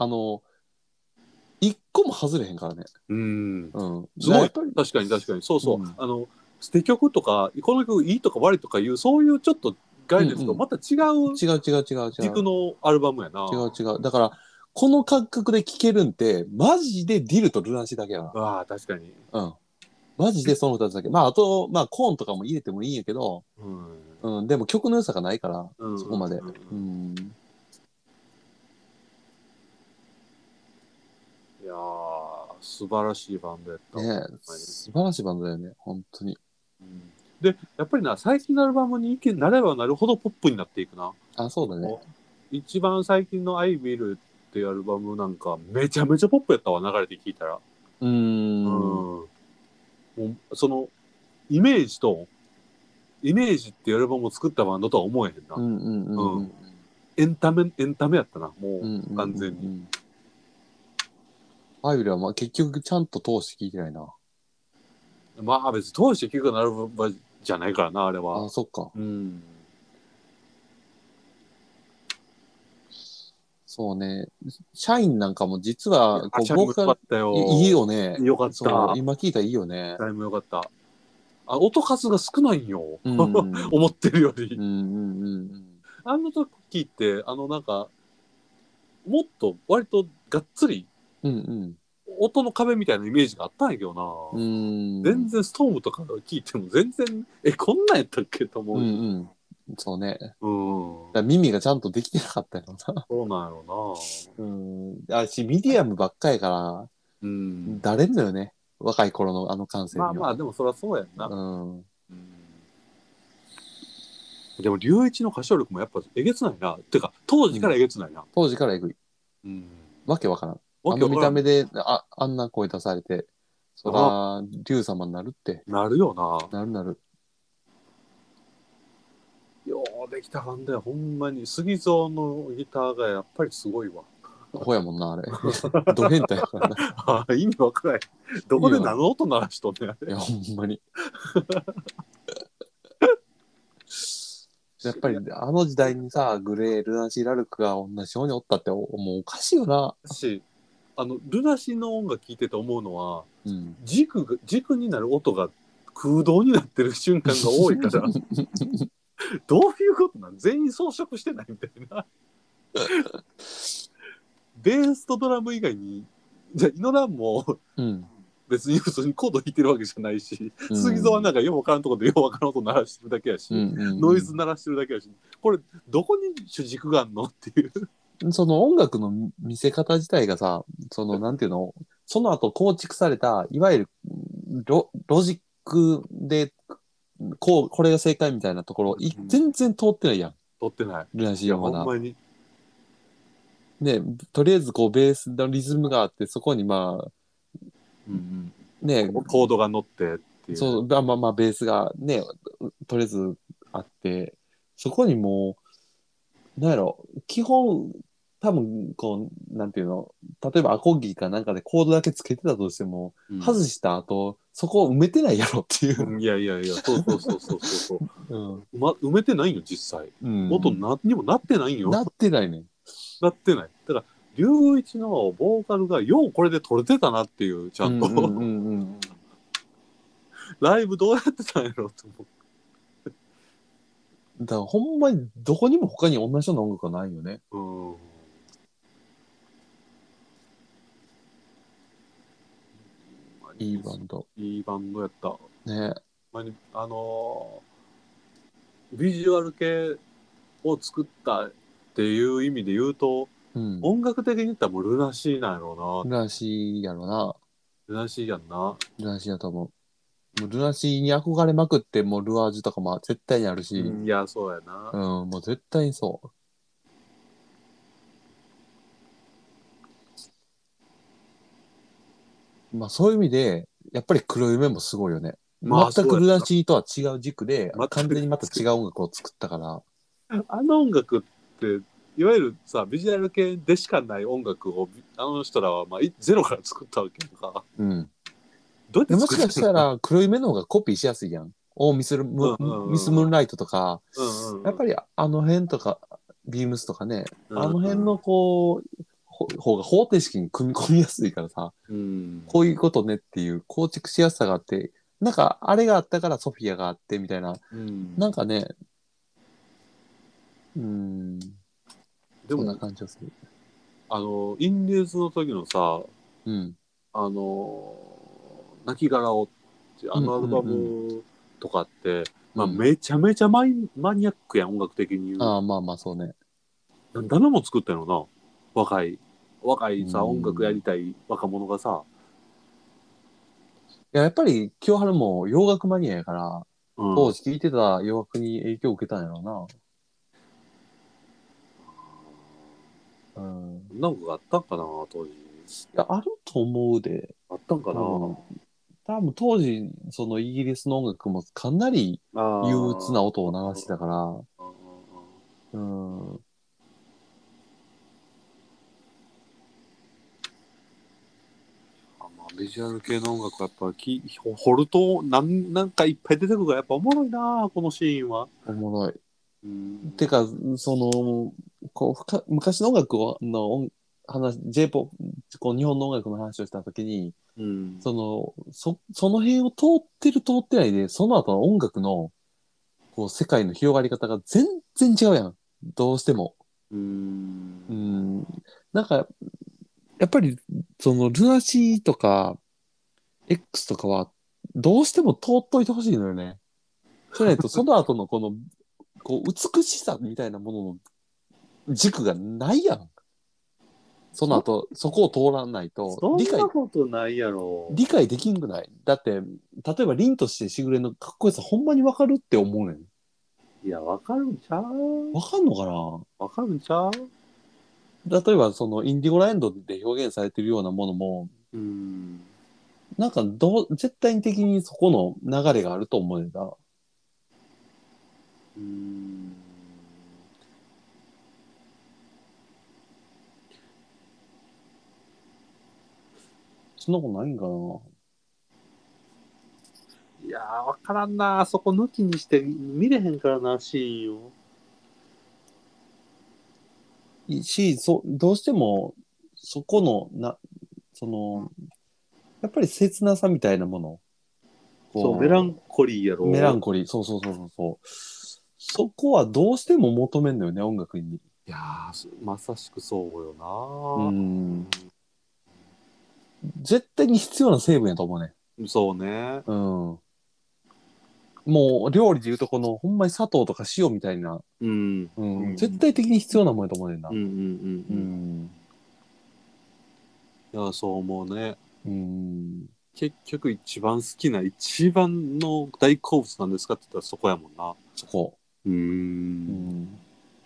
Speaker 2: 一個も外れへんからね。
Speaker 1: すごい。確かに。そうそう。捨て曲とか、この曲いいとか悪いとかいう、そういうちょっと概念とまた違う軸のアルバムやな。
Speaker 2: 違う。だから、この感覚で聴けるんって、マジでディルとルナシーだけやな。
Speaker 1: 確かに。
Speaker 2: マジでその2つだけ。あと、コーンとかも入れてもいいんやけど、でも曲の良さがないから、そこまで。
Speaker 1: いやー、素晴らしいバンドやった。
Speaker 2: 素晴らしいバンドだよね、本当に。
Speaker 1: で、やっぱりな、最近のアルバムになればなるほどポップになっていくな。
Speaker 2: そうだね。
Speaker 1: 一番最近の I Will っていうアルバムなんか、めちゃめちゃポップやったわ、流れて聞いたら。もうその、イメージっていうアルバムを作ったバンドとは思えへんな。エンタメやったな、もう完全に。
Speaker 2: アイビルは結局ちゃんと通して聞いてないな。
Speaker 1: 別に通して聞くなるバじゃないからな、あれは。
Speaker 2: そっか。そうね。シャインなんかも実は、
Speaker 1: ボーカル
Speaker 2: いいよね。
Speaker 1: よかった。
Speaker 2: 今聞いたらいいよね。
Speaker 1: シャインもよかった。音数が少ないんよ。思ってるより。あの時って、なんか、もっと割とがっつり、音の壁みたいなイメージがあったんやけどな。全然ストームとか聞いても全然、こんなんやったっけと思う。
Speaker 2: そうね。耳がちゃんとできてなかったよな。
Speaker 1: そうなんやろ
Speaker 2: な。ミディアムばっかりから、だれんのよね。若い頃のあの感性には。
Speaker 1: でもそりゃそうやんな。でも、龍一の歌唱力もやっぱえげつないな。てか、当時からえげつないな。
Speaker 2: 当時からえぐい。わけわからん。あの見た目であんな声出されて、そら、龍様になるって。
Speaker 1: なるよな。
Speaker 2: なる。
Speaker 1: きたバンドや、ほんまに。杉蔵のギターがやっぱりすごいわ。
Speaker 2: ほやもんな、あれ。ド変態やからな。
Speaker 1: あ意味わからない。どこで何の音鳴らしとんねん、あれ。
Speaker 2: いや、ほんまに。やっぱり、あの時代にさ、グレー、ルナシー・ラルクが同じようにおったってもうおかしいよな。
Speaker 1: ルナシーの音楽聴いてて思うのは、
Speaker 2: うん。
Speaker 1: 軸になる音が空洞になってる瞬間が多いから、どういうことなん全員装飾してないみたいな。ベースとドラム以外に、じゃあ、イノランも
Speaker 2: うん。
Speaker 1: 別に普通にコード弾いてるわけじゃないし、
Speaker 2: うん
Speaker 1: 杉蔵はなんかようわからんところでようわからん音鳴らしてるだけやし、ノイズ鳴らしてるだけやし、これどこに主軸があんのっていう。
Speaker 2: その音楽の見せ方自体がさ、その、なんていうの、その後構築された、いわゆるロジックで、これが正解みたいなところ、全然通ってないやん。
Speaker 1: 通ってない。
Speaker 2: ルナシ
Speaker 1: いや、
Speaker 2: ーはまだ。
Speaker 1: ほんまに。
Speaker 2: ね、とりあえずこうベースのリズムがあって、そこにまあ、ね、
Speaker 1: コードが乗ってっていう。
Speaker 2: そう、まあまあベースがね、とりあえずあって、そこにもう、なんやろ、基本、多分、こう、なんていうの、例えばアコギかなんかでコードだけつけてたとしても、外した後、そこを埋めてないやろっていう。
Speaker 1: いやいやいや、そうそう。
Speaker 2: うん。
Speaker 1: 埋めてないよ、実際。音何にもなってないよ。
Speaker 2: なってないね。
Speaker 1: なってない。だから、龍一のボーカルがようこれで撮れてたなっていう、ちゃんと。ライブどうやってたんやろうと思う。
Speaker 2: だからほんまにどこにも他に同じような音楽がないよね。いいバンド。
Speaker 1: いいバンドやった。
Speaker 2: ね。
Speaker 1: ビジュアル系を作ったっていう意味で言うと、音楽的に言ったらもうルナシーなんやろうな。
Speaker 2: ルナシーやろな。
Speaker 1: ルナシーやんな。
Speaker 2: ルナシーやと思う。もうルナシーに憧れまくって、もうルアージュとかも絶対にあるし。
Speaker 1: いや、そうやな。
Speaker 2: もう絶対にそう。まあそういう意味で、やっぱり黒夢もすごいよね。全くルナシーとは違う軸で、完全にまた違う音楽を作ったから。
Speaker 1: あの音楽って、いわゆるさ、ビジュアル系でしかない音楽を、あの人らは、ゼロから作ったわけとか。
Speaker 2: どうやってもしかしたら黒夢の方がコピーしやすいやん。ミスムーンライトとか、やっぱりあの辺とか、ビームスとかね、あの辺のこう、方が方程式に組み込みやすいからさ、こういうことねっていう構築しやすさがあって、なんかあれがあったからソフィアがあってみたいな、なんかね、でもそんな感じがする。
Speaker 1: インディーズの時のさ、亡きをってあのアルバムとかって、めちゃめちゃマニアックやん、音楽的に言う。
Speaker 2: ああ、まあまあそうね。
Speaker 1: 誰も作ったのな、若いさ、音楽やりたい若者がさ。
Speaker 2: やっぱり清春も洋楽マニアやから、当時聴いてた洋楽に影響を受けたんやろ
Speaker 1: うな。なんかあったんかな、当時。い
Speaker 2: や、あると思うで。
Speaker 1: あったんかな。
Speaker 2: 多分当時、そのイギリスの音楽もかなり憂鬱な音を流してたから、
Speaker 1: ビジュアル系の音楽はやっぱ掘るとなんかいっぱい出てくるからやっぱおもろいな、このシーンは。
Speaker 2: おもろい。てか、その、昔の音楽のJ-POP、日本の音楽の話をしたときに、その辺を通ってる通ってないで、その後の音楽の世界の広がり方が全然違うやん。どうしても。なんか、やっぱり、その、ルナシーとか、X とかは、どうしても通っといてほしいのよね。それないと、その後の美しさみたいなものの軸がないやん。その後、そこを通らないと、
Speaker 1: そんなことないやろ。
Speaker 2: 理解できんくない？だって、例えば凛としてしぐれのかっこよさほんまにわかるって思うねん。
Speaker 1: いや、わかるんちゃう？
Speaker 2: わかんのかな？
Speaker 1: わかるんちゃう？
Speaker 2: 例えば、その、インディゴランドで表現されてるようなものも、なんか絶対的にそこの流れがあると思うんだ。 そんなことないんかな。
Speaker 1: いやー、わからんな。そこ抜きにして見れへんからな、シーンを。
Speaker 2: どうしても、そこの、その、やっぱり切なさみたいなもの、
Speaker 1: そう、メラン
Speaker 2: こ
Speaker 1: コリーや
Speaker 2: う、メラン
Speaker 1: ろ。
Speaker 2: コリー、そうそうそうそうそう。そこはどうしても求めんのよね、音楽に。
Speaker 1: いやー、まさしくそうよ
Speaker 2: う
Speaker 1: な。
Speaker 2: ん。絶対に必要な成分やと思うね。
Speaker 1: そうね。
Speaker 2: うん。もう、料理で言うとこの、ほんまに砂糖とか塩みたいな、
Speaker 1: うん。
Speaker 2: う
Speaker 1: うん。
Speaker 2: 絶対的に必要なもんやと思うねんな。
Speaker 1: うんうんうん
Speaker 2: う
Speaker 1: うん。
Speaker 2: ん。
Speaker 1: いや、そう思うね。
Speaker 2: うん。
Speaker 1: 結局一番好きな、一番の大好物なんですかって言ったらそこやもんな。
Speaker 2: そこ。
Speaker 1: うー
Speaker 2: う
Speaker 1: ん。
Speaker 2: ん。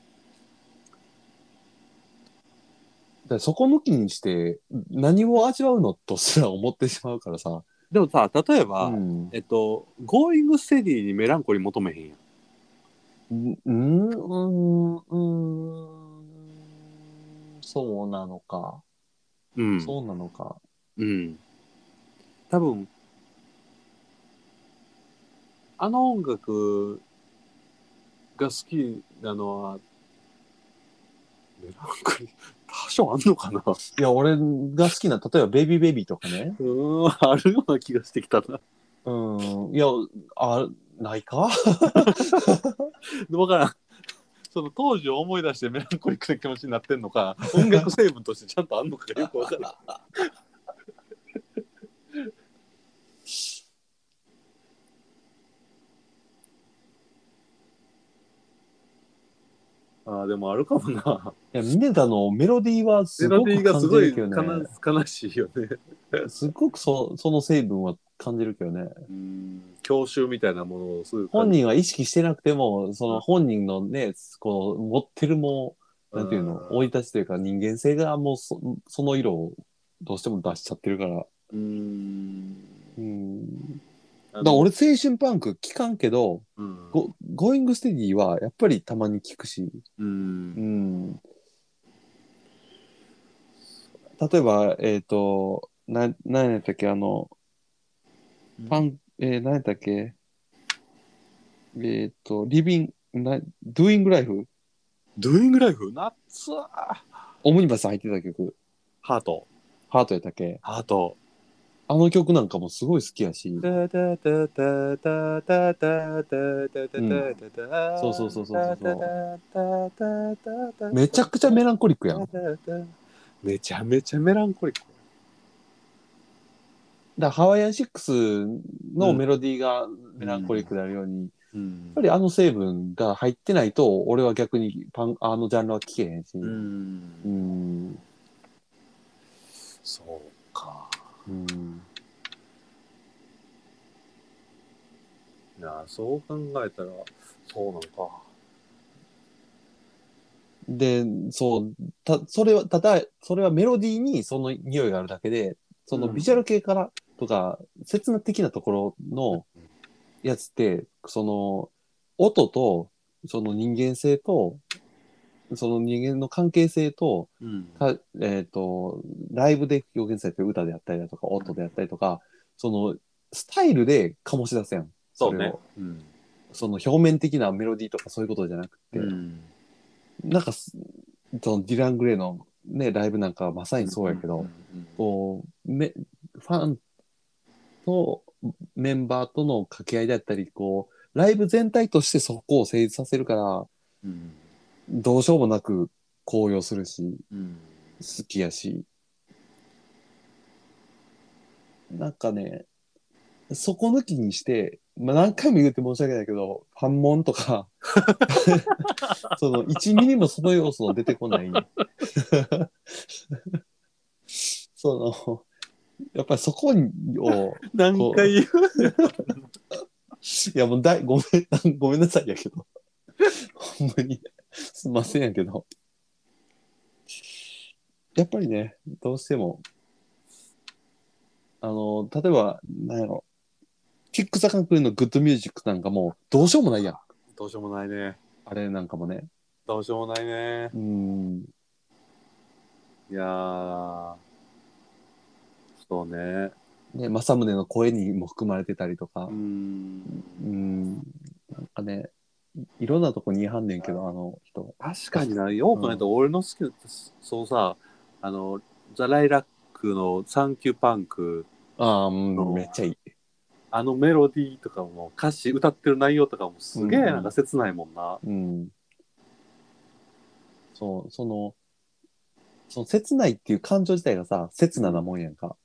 Speaker 2: そこ抜きにして、何を味わうのとすら思ってしまうからさ。
Speaker 1: でもさ、例え
Speaker 2: う
Speaker 1: ば、
Speaker 2: ん。
Speaker 1: ゴーイングステディにメランコリー求めへんやん。
Speaker 2: そうなのか。
Speaker 1: うん。
Speaker 2: そうなのか。
Speaker 1: うん。多分、あの音楽が好きなのは、メランコリー、多少あんのかな。
Speaker 2: いや、俺が好きな、例えばベイビーベイビーとかね。
Speaker 1: あるような気がしてきたな。
Speaker 2: うん。いや、ないか。
Speaker 1: わからん。その当時を思い出してメランコリックな気持ちになってんのか、音楽成分としてちゃんとあんのかがよくわからん。ああ、でもあるかもな。
Speaker 2: いや、ミネタのメロディーはすご
Speaker 1: メロディーが
Speaker 2: く感じ
Speaker 1: すごい
Speaker 2: るけどね。
Speaker 1: 悲しいよね。
Speaker 2: すっごくその成分は感じるけどね。
Speaker 1: うん、郷愁みたいなものをすぐ感じる。
Speaker 2: 本人は意識してなくても、その本人のね、こう、持ってるもう、
Speaker 1: う
Speaker 2: なんていうの、生い
Speaker 1: ん。
Speaker 2: 立ちというか人間性がもうその色をどうしても出しちゃってるから。
Speaker 1: うん。
Speaker 2: うん。
Speaker 1: あの、
Speaker 2: 俺青春パンク聞かんけど、
Speaker 1: うん。
Speaker 2: ゴーイングステディはやっぱりたまに聞くし、
Speaker 1: うん。
Speaker 2: うん。例えば、何やったっけ、何やったっけ、リビン、ドゥーイングライフ
Speaker 1: ドゥーイングライフ夏
Speaker 2: オムニバス入ってた曲、
Speaker 1: ハート。
Speaker 2: ハートやったっけ。
Speaker 1: ハート。
Speaker 2: あの曲なんかもすごい好きやし、
Speaker 1: タタタタタタタタタタ
Speaker 2: うん。
Speaker 1: タタ
Speaker 2: そうそうそうそうそうそ
Speaker 1: タタタ
Speaker 2: う。めちゃくちゃメランコリックやん。
Speaker 1: めちゃめちゃメランコリック。
Speaker 2: ハワイアンシックスの
Speaker 1: うん。
Speaker 2: メロディーがメランコリッ
Speaker 1: うん
Speaker 2: クであるように、やっ
Speaker 1: うん。
Speaker 2: ぱりあの成分が入ってないと、俺は逆にあのジャンルは聴けへんし、
Speaker 1: うん。
Speaker 2: うん、
Speaker 1: そうか。
Speaker 2: うん。
Speaker 1: いや、そう考えたら、そうなのか。
Speaker 2: で、そう、それはメロディーにその匂いがあるだけで、そのビジュアル系からとか、刹那的なところのやつって、その音と、その人間性と、その人間の関係性と、
Speaker 1: うん。
Speaker 2: かえっと、ライブで表現されてる歌であったりだとか、音であったりとか、そのスタイルで醸し出すやん。そ
Speaker 1: そうね。
Speaker 2: れを。
Speaker 1: うん。
Speaker 2: その表面的なメロディーとかそういうことじゃなくて、
Speaker 1: うん。
Speaker 2: なんかそのディラン・グレイのね、ライブなんかはまさに
Speaker 1: うん。うん。
Speaker 2: そうやけど、
Speaker 1: うん。
Speaker 2: こう、ファンとメンバーとの掛け合いだったり、こう、ライブ全体としてそこを成立させるから、
Speaker 1: うん。
Speaker 2: どうしようもなく高揚するし、
Speaker 1: うん。
Speaker 2: 好きやし、なんかね、そこ抜きにして、まあ、何回も言って申し訳ないけど、ファンモンとか、その1ミリもその要素の出てこない、その、やっぱりそこを、こ
Speaker 1: 何回言う。
Speaker 2: いやもうごめごめんなさいやけど、ほんまに、すいませんやけど、やっぱりね、どうしても、例えば、なんやろ、キックザカンクリのグッドミュージックなんかもう、どうしようもないやん。
Speaker 1: どうしようもないね。
Speaker 2: あれなんかもね。
Speaker 1: どうしようもないね。
Speaker 2: うーん。
Speaker 1: いやー、 そうね。
Speaker 2: ね、政宗の声にも含まれてたりとか、なんかね、いろんなとこにいはんねんけど、あの人。
Speaker 1: 確かにな、よく考えたら俺の好きな、そうさ、ザ・ライラックのサンキューパンク
Speaker 2: ああ、
Speaker 1: の、
Speaker 2: めっちゃいい。
Speaker 1: あのメロディーとかも、歌詞、歌ってる内容とかもすげえなんか切ないもんな。
Speaker 2: そう、その切ないっていう感情自体がさ、切ななもんやんか。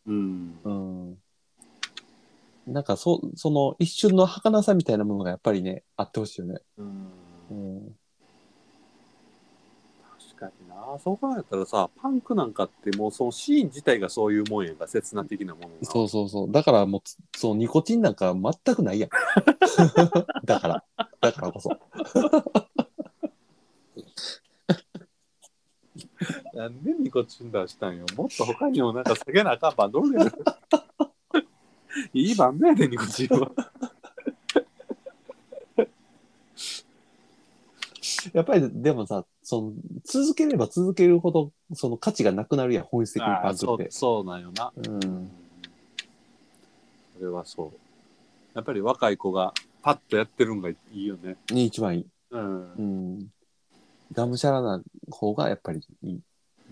Speaker 2: なんかその一瞬の儚さみたいなものがやっぱりね、あってほしいよね。
Speaker 1: 確かにな。そう考えたらさ、パンクなんかってもうそのシーン自体がそういうもんやんか、切な的なものが。
Speaker 2: そうそうそう。だからもう、そう、ニコチンなんか全くないやん。だからこそ。
Speaker 1: なんでニコチン出したんよ。もっと他にもなんか下げなあかんバンドおるやん。いいバンドやで、ニコチンは。
Speaker 2: やっぱりでもさ、続ければ続けるほど、その価値がなくなるやん、本質的にパンクって。
Speaker 1: そうなんよな。それはそう。やっぱり若い子がパッとやってるんがいいよね。
Speaker 2: 一番いい。がむしゃらな方がやっぱりいい。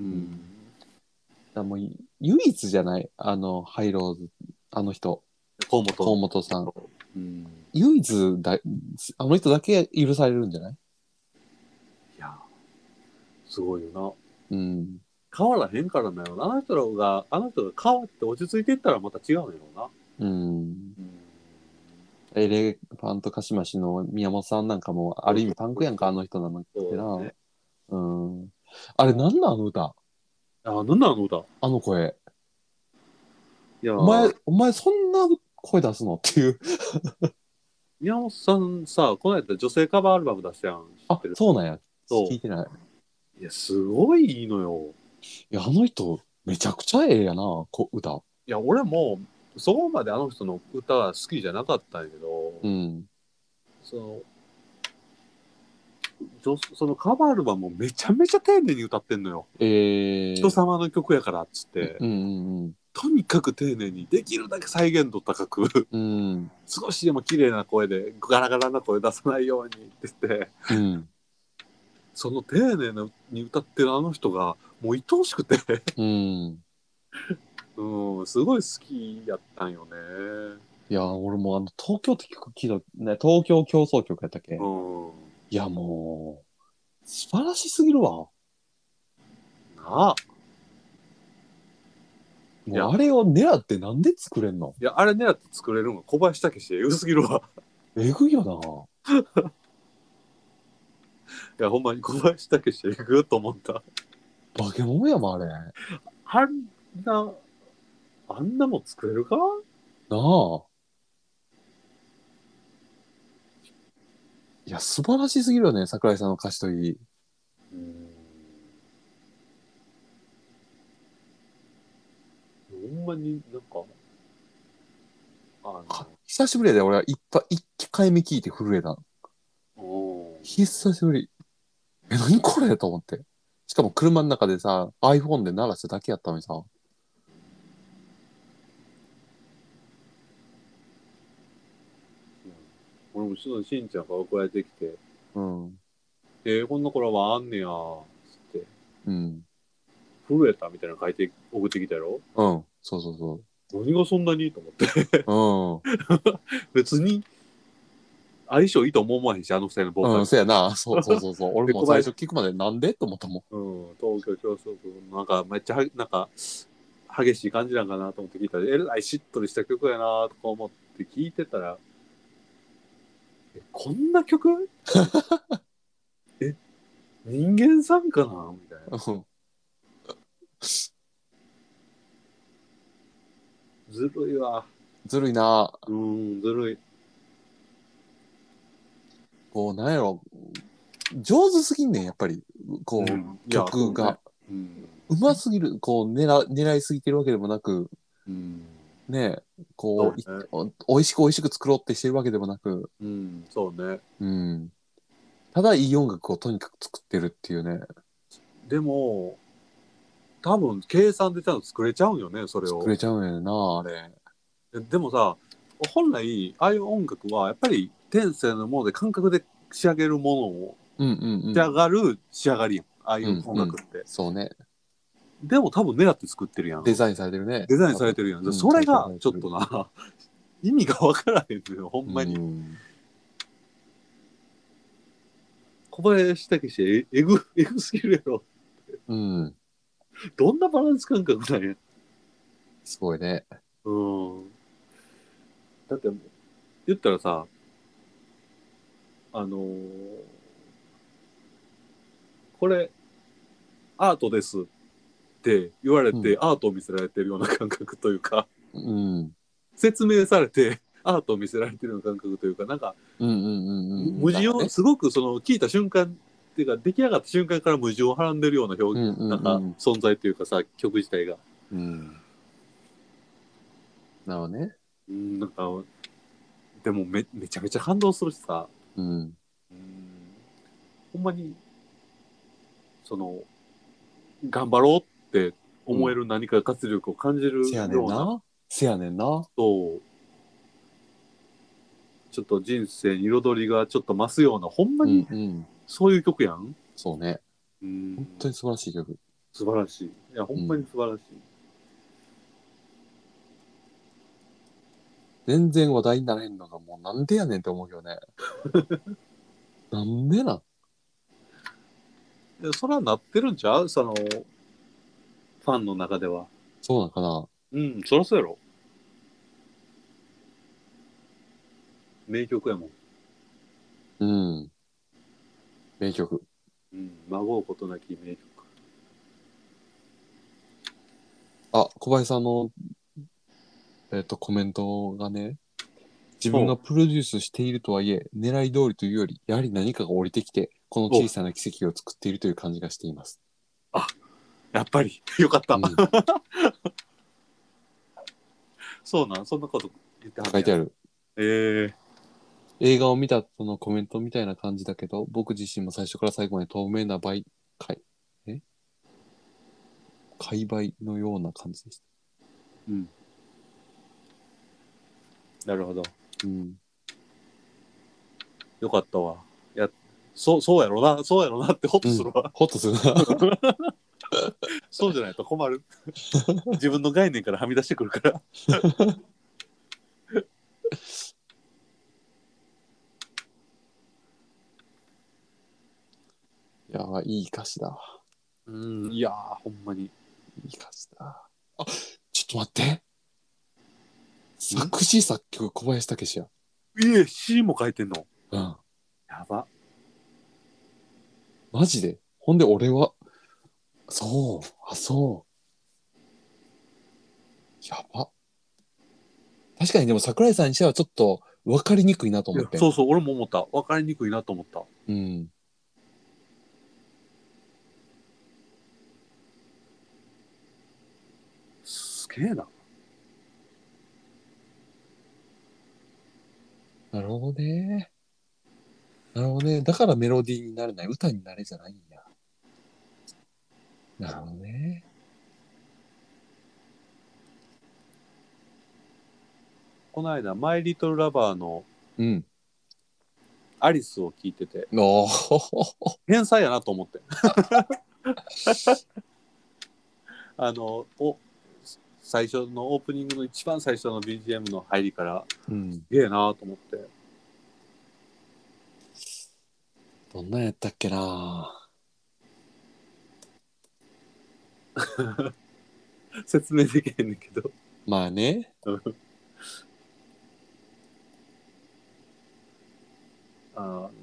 Speaker 2: だもう唯一じゃない、ハイローズ、あの人、河本さん。唯一あの人だけ許されるんじゃない？
Speaker 1: いや、すごいよな。変わらへんからなよ。あの人が変わって落ち着いていったらまた違うんやろうな。
Speaker 2: エレファントカシマシの宮本さんなんかもある意味パンクやんか、あの人なんてな。あれなんなんあの歌？
Speaker 1: なんなんあの歌？
Speaker 2: あの声。
Speaker 1: いや
Speaker 2: お前そんな声出すのっていう。
Speaker 1: 宮本さんさ、この間女性カバーアルバム出したやん。知ってる？
Speaker 2: そうなんや。
Speaker 1: そう。
Speaker 2: 聞いてない。
Speaker 1: いや、すごいいいのよ。
Speaker 2: いや、あの人、めちゃくちゃええやな、歌。
Speaker 1: いや、俺も、そこまであの人の歌は好きじゃなかったんやけど、そのカバーアルバムもめちゃめちゃ丁寧に歌ってんのよ。人様の曲やからっつって。とにかく丁寧にできるだけ再現度高く、少しでも綺麗な声でガラガラな声出さないようにって言って、その丁寧に歌ってるあの人がもう愛おしくてすごい好きやったんよね。
Speaker 2: いや、俺も東京って聞いた、ね、東京競争曲やったっけ？いや、もう、素晴らしすぎるわ。
Speaker 1: なあ。
Speaker 2: もうあれを狙ってなんで作れんの？
Speaker 1: いや、あれ狙って作れるのが小林武史えぐすぎるわ。
Speaker 2: えぐいよな。
Speaker 1: いや、ほんまに小林武史えぐと思った。
Speaker 2: 化け物やもん、あれ。
Speaker 1: あんなもん作れるか
Speaker 2: なあ。いや、素晴らしすぎるよね、桜井さんの歌詞といい。
Speaker 1: ほんまになんか、
Speaker 2: 久しぶりで俺は一回目聞いて震えた。久しぶり。何これと思って。しかも車の中でさ、iPhone で鳴らしただけやったのにさ。
Speaker 1: 俺もしんちゃんが送られてきて、こんな頃はあんねや、つって。震えたみたいなの書いて送ってきたやろ？
Speaker 2: そうそうそ
Speaker 1: う。何がそんなにと思って。別に、相性いいと思わへんし、あの二人のボーカル。
Speaker 2: そうやな。そうそうそう。俺も最初聞くまでなんでと思ったも
Speaker 1: ん。東京競争区、なんかめっちゃ、なんか、激しい感じなんかなと思って聞いたら、えらいしっとりした曲やなとか思って聞いてたら、こんな曲人間さんかなみたいな。ずるいわ。
Speaker 2: ずるいな。
Speaker 1: ずるい。
Speaker 2: こう、なんやろ。上手すぎんねん、やっぱり。こう、曲が。うますぎる。こう、狙いすぎてるわけでもなく、ねえ、こう、美味しく作ろうってしてるわけでもなく、
Speaker 1: そうね。
Speaker 2: ただいい音楽をとにかく作ってるっていうね。
Speaker 1: でも、 多分計算でちゃんと作れちゃうんよね、それを。
Speaker 2: 作れちゃうんやな、あれ。
Speaker 1: でもさ、本来ああいう音楽はやっぱり天性のもので感覚で仕上げるものを仕上がる仕上がりやん、ああいう音楽って、
Speaker 2: そうね。
Speaker 1: でも多分狙って作ってるやん。
Speaker 2: デザインされてるね。
Speaker 1: デザインされてるやん。それがちょっとな、意味がわからへんのよ、ほんまに。小林武史えぐすぎるやろ。
Speaker 2: うん。
Speaker 1: どんなバランス感覚なんや。
Speaker 2: すごいね。
Speaker 1: うん。だって言ったらさ、これアートですって言われて、アートを見せられてるような感覚というか、説明されてアートを見せられてるような感覚というか、なんか矛盾をすごくその聞いた瞬間っていうか、出来上がった瞬間から矛盾をはらんでるような表現、なんか存在というかさ、曲自体が。
Speaker 2: なるほどね。
Speaker 1: なんかでもめちゃめちゃ感動するしさ、ほんまにその頑張ろうって思える何か活力を感じるような、
Speaker 2: せやねんな。
Speaker 1: そうちょっと人生に彩りがちょっと増すような、ほんまにそういう曲やん。
Speaker 2: そうね。本当に素晴らしい曲。
Speaker 1: 素晴らしい。いや、ほんまに素晴らしい。
Speaker 2: 全然話題になれんのがもうなんでやねんって思うよね。なんでなん
Speaker 1: いや、そらなってるんちゃう、その、ファンの中では。
Speaker 2: そうなんかな。
Speaker 1: うん、そらそうやろ。名曲やもん。
Speaker 2: うん。名曲。
Speaker 1: うん、孫うことなき名曲。
Speaker 2: あ、小林さんの、コメントがね、自分がプロデュースしているとはいえ、狙い通りというより、やはり何かが降りてきて、この小さな奇跡を作っているという感じがしています。
Speaker 1: あ、やっぱり、よかった。そうなん、そんなこと言ってはる。
Speaker 2: 書いてある。
Speaker 1: え
Speaker 2: 映画を見た後のコメントみたいな感じだけど、僕自身も最初から最後まで透明な界売のような感じでした。
Speaker 1: うん。なるほど。
Speaker 2: うん。
Speaker 1: よかったわ。そうやろな、そうやろなってホッとするわ。
Speaker 2: ホッとするな。
Speaker 1: そうじゃないと困る。自分の概念からはみ出してくるから。
Speaker 2: いやー、いい歌詞だ。
Speaker 1: いやー、ほんまに。
Speaker 2: いい歌詞だ。あ、ちょっと待って。作詞作曲小林武史や。
Speaker 1: 詩も書いてんの。
Speaker 2: うん。
Speaker 1: やば。
Speaker 2: マジで。ほんで俺は、そう、そう。やば。確かにでも桜井さんにしてはちょっと分かりにくいなと思って。
Speaker 1: そうそう、俺も思った。分かりにくいなと思った。
Speaker 2: うん。
Speaker 1: すげえな。
Speaker 2: なるほどね。なるほどね。だからメロディーになれない。歌になれじゃないんや。なるほどね。
Speaker 1: この間、マイ・リトル・ラバーの
Speaker 2: うん。
Speaker 1: アリスを聞いてて、
Speaker 2: おー。
Speaker 1: 天才やなと思って。最初のオープニングの一番最初の BGM の入りから、
Speaker 2: うん。
Speaker 1: すげえなと思って。
Speaker 2: どんなんやったっけな。
Speaker 1: 説明できへんねんけど。
Speaker 2: まあね。
Speaker 1: あの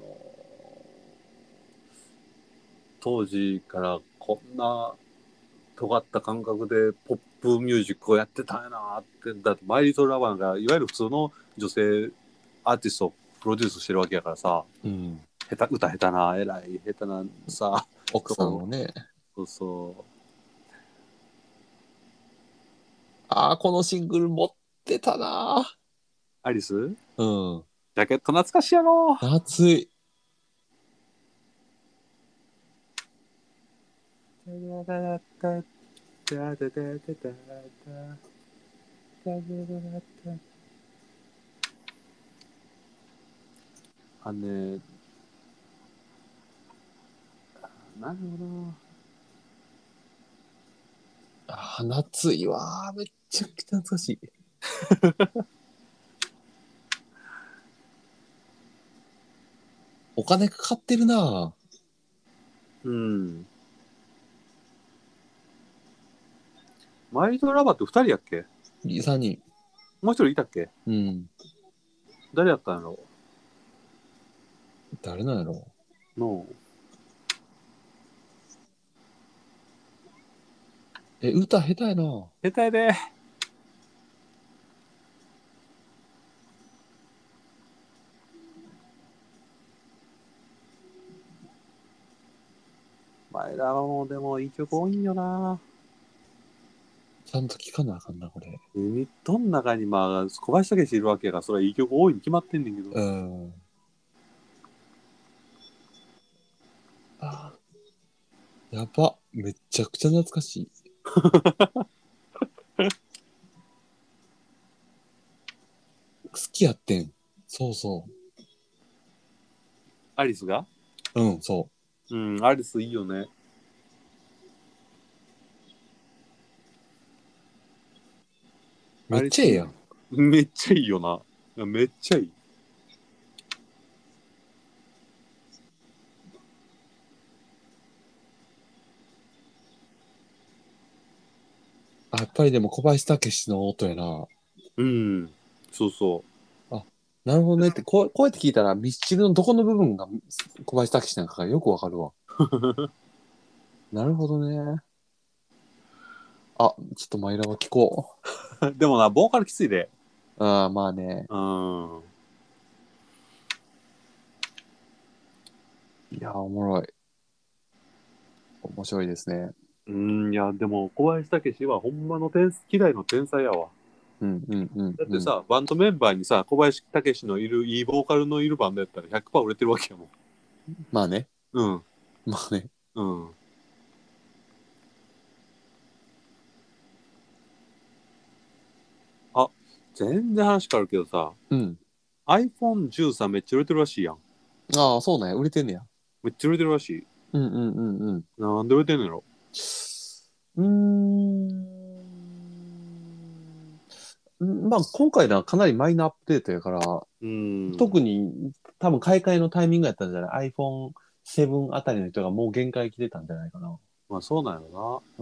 Speaker 1: 当時からこんな尖った感覚でポップミュージックをやってたんやなって。だってマイリトルラバーがいわゆる普通の女性アーティストをプロデュースしてるわけやからさ、
Speaker 2: うん。
Speaker 1: 歌下手な、えらい下手なさ、
Speaker 2: 奥さんをね。
Speaker 1: そうそう。
Speaker 2: ああ、このシングル持ってたな。
Speaker 1: アリス
Speaker 2: うん。
Speaker 1: ジャケット懐かしいやろ。
Speaker 2: 夏い。
Speaker 1: あのね、なんだろうな。
Speaker 2: あ、夏いわ。めっちゃくちゃ懐かしい。お金かかってるな。
Speaker 1: うん。マイリトルラバーって2人やっけ？
Speaker 2: 3人。
Speaker 1: もう一人いたっけ？
Speaker 2: うん。
Speaker 1: 誰やったんやろ
Speaker 2: 誰なんやろ。
Speaker 1: の
Speaker 2: 歌下手やな。
Speaker 1: 下手やで。前らはもうでもいい曲多いんよな。
Speaker 2: ちゃんと聞かなあかんな、これ。
Speaker 1: ユニットの中にまあ小林武史いるわけやから、それはいい曲多いに決まってんねんけど。
Speaker 2: うん。あ、やば。めっちゃくちゃ懐かしい。好きやってん。そうそ
Speaker 1: アリスが？
Speaker 2: う。うん、そ
Speaker 1: うん、アリスいいよね。
Speaker 2: う。めっちゃええやん。
Speaker 1: めっちゃいいよな。めっちゃいい。
Speaker 2: あ、やっぱりでも小林武史の音やな。
Speaker 1: うん。そうそ
Speaker 2: あ、なるほどねって、こうやって聞いたら、ミスチルのどこの部分が小林武史なんかがよくわかるわ。
Speaker 1: う。
Speaker 2: なるほどね。あ、ちょっとマイラは聞こ
Speaker 1: でもな、ボーカルきついで。
Speaker 2: う。ああ、まあね。
Speaker 1: うん。
Speaker 2: いや、おもろい。面白いですね。
Speaker 1: うん、いや、でも小林武史はほんまの希代の天才やわ。
Speaker 2: うんうんうんうん。
Speaker 1: だってさ、バンドメンバーにさ、小林武史のいる、いいボーカルのいるバンドやったら100%売れてるわけやもん。
Speaker 2: まあね。
Speaker 1: うん。
Speaker 2: まあね。
Speaker 1: うん。あ、全然話変わるけどさ、
Speaker 2: うん。
Speaker 1: iPhone13 めっちゃ売れてるらしいやん。
Speaker 2: ああ、そうなんや。売れてんねや。
Speaker 1: めっちゃ売れてるらしい。
Speaker 2: うんうんうんうん。
Speaker 1: なんで売れてんのやろ。
Speaker 2: うーん。まあ、今回のはかなりマイナーアップデートやから、
Speaker 1: うん。
Speaker 2: 特に多分買い替えのタイミングやったんじゃない？ iPhone7 あたりの人がもう限界来てたんじゃないかな。
Speaker 1: まあそうなんやろ
Speaker 2: うん。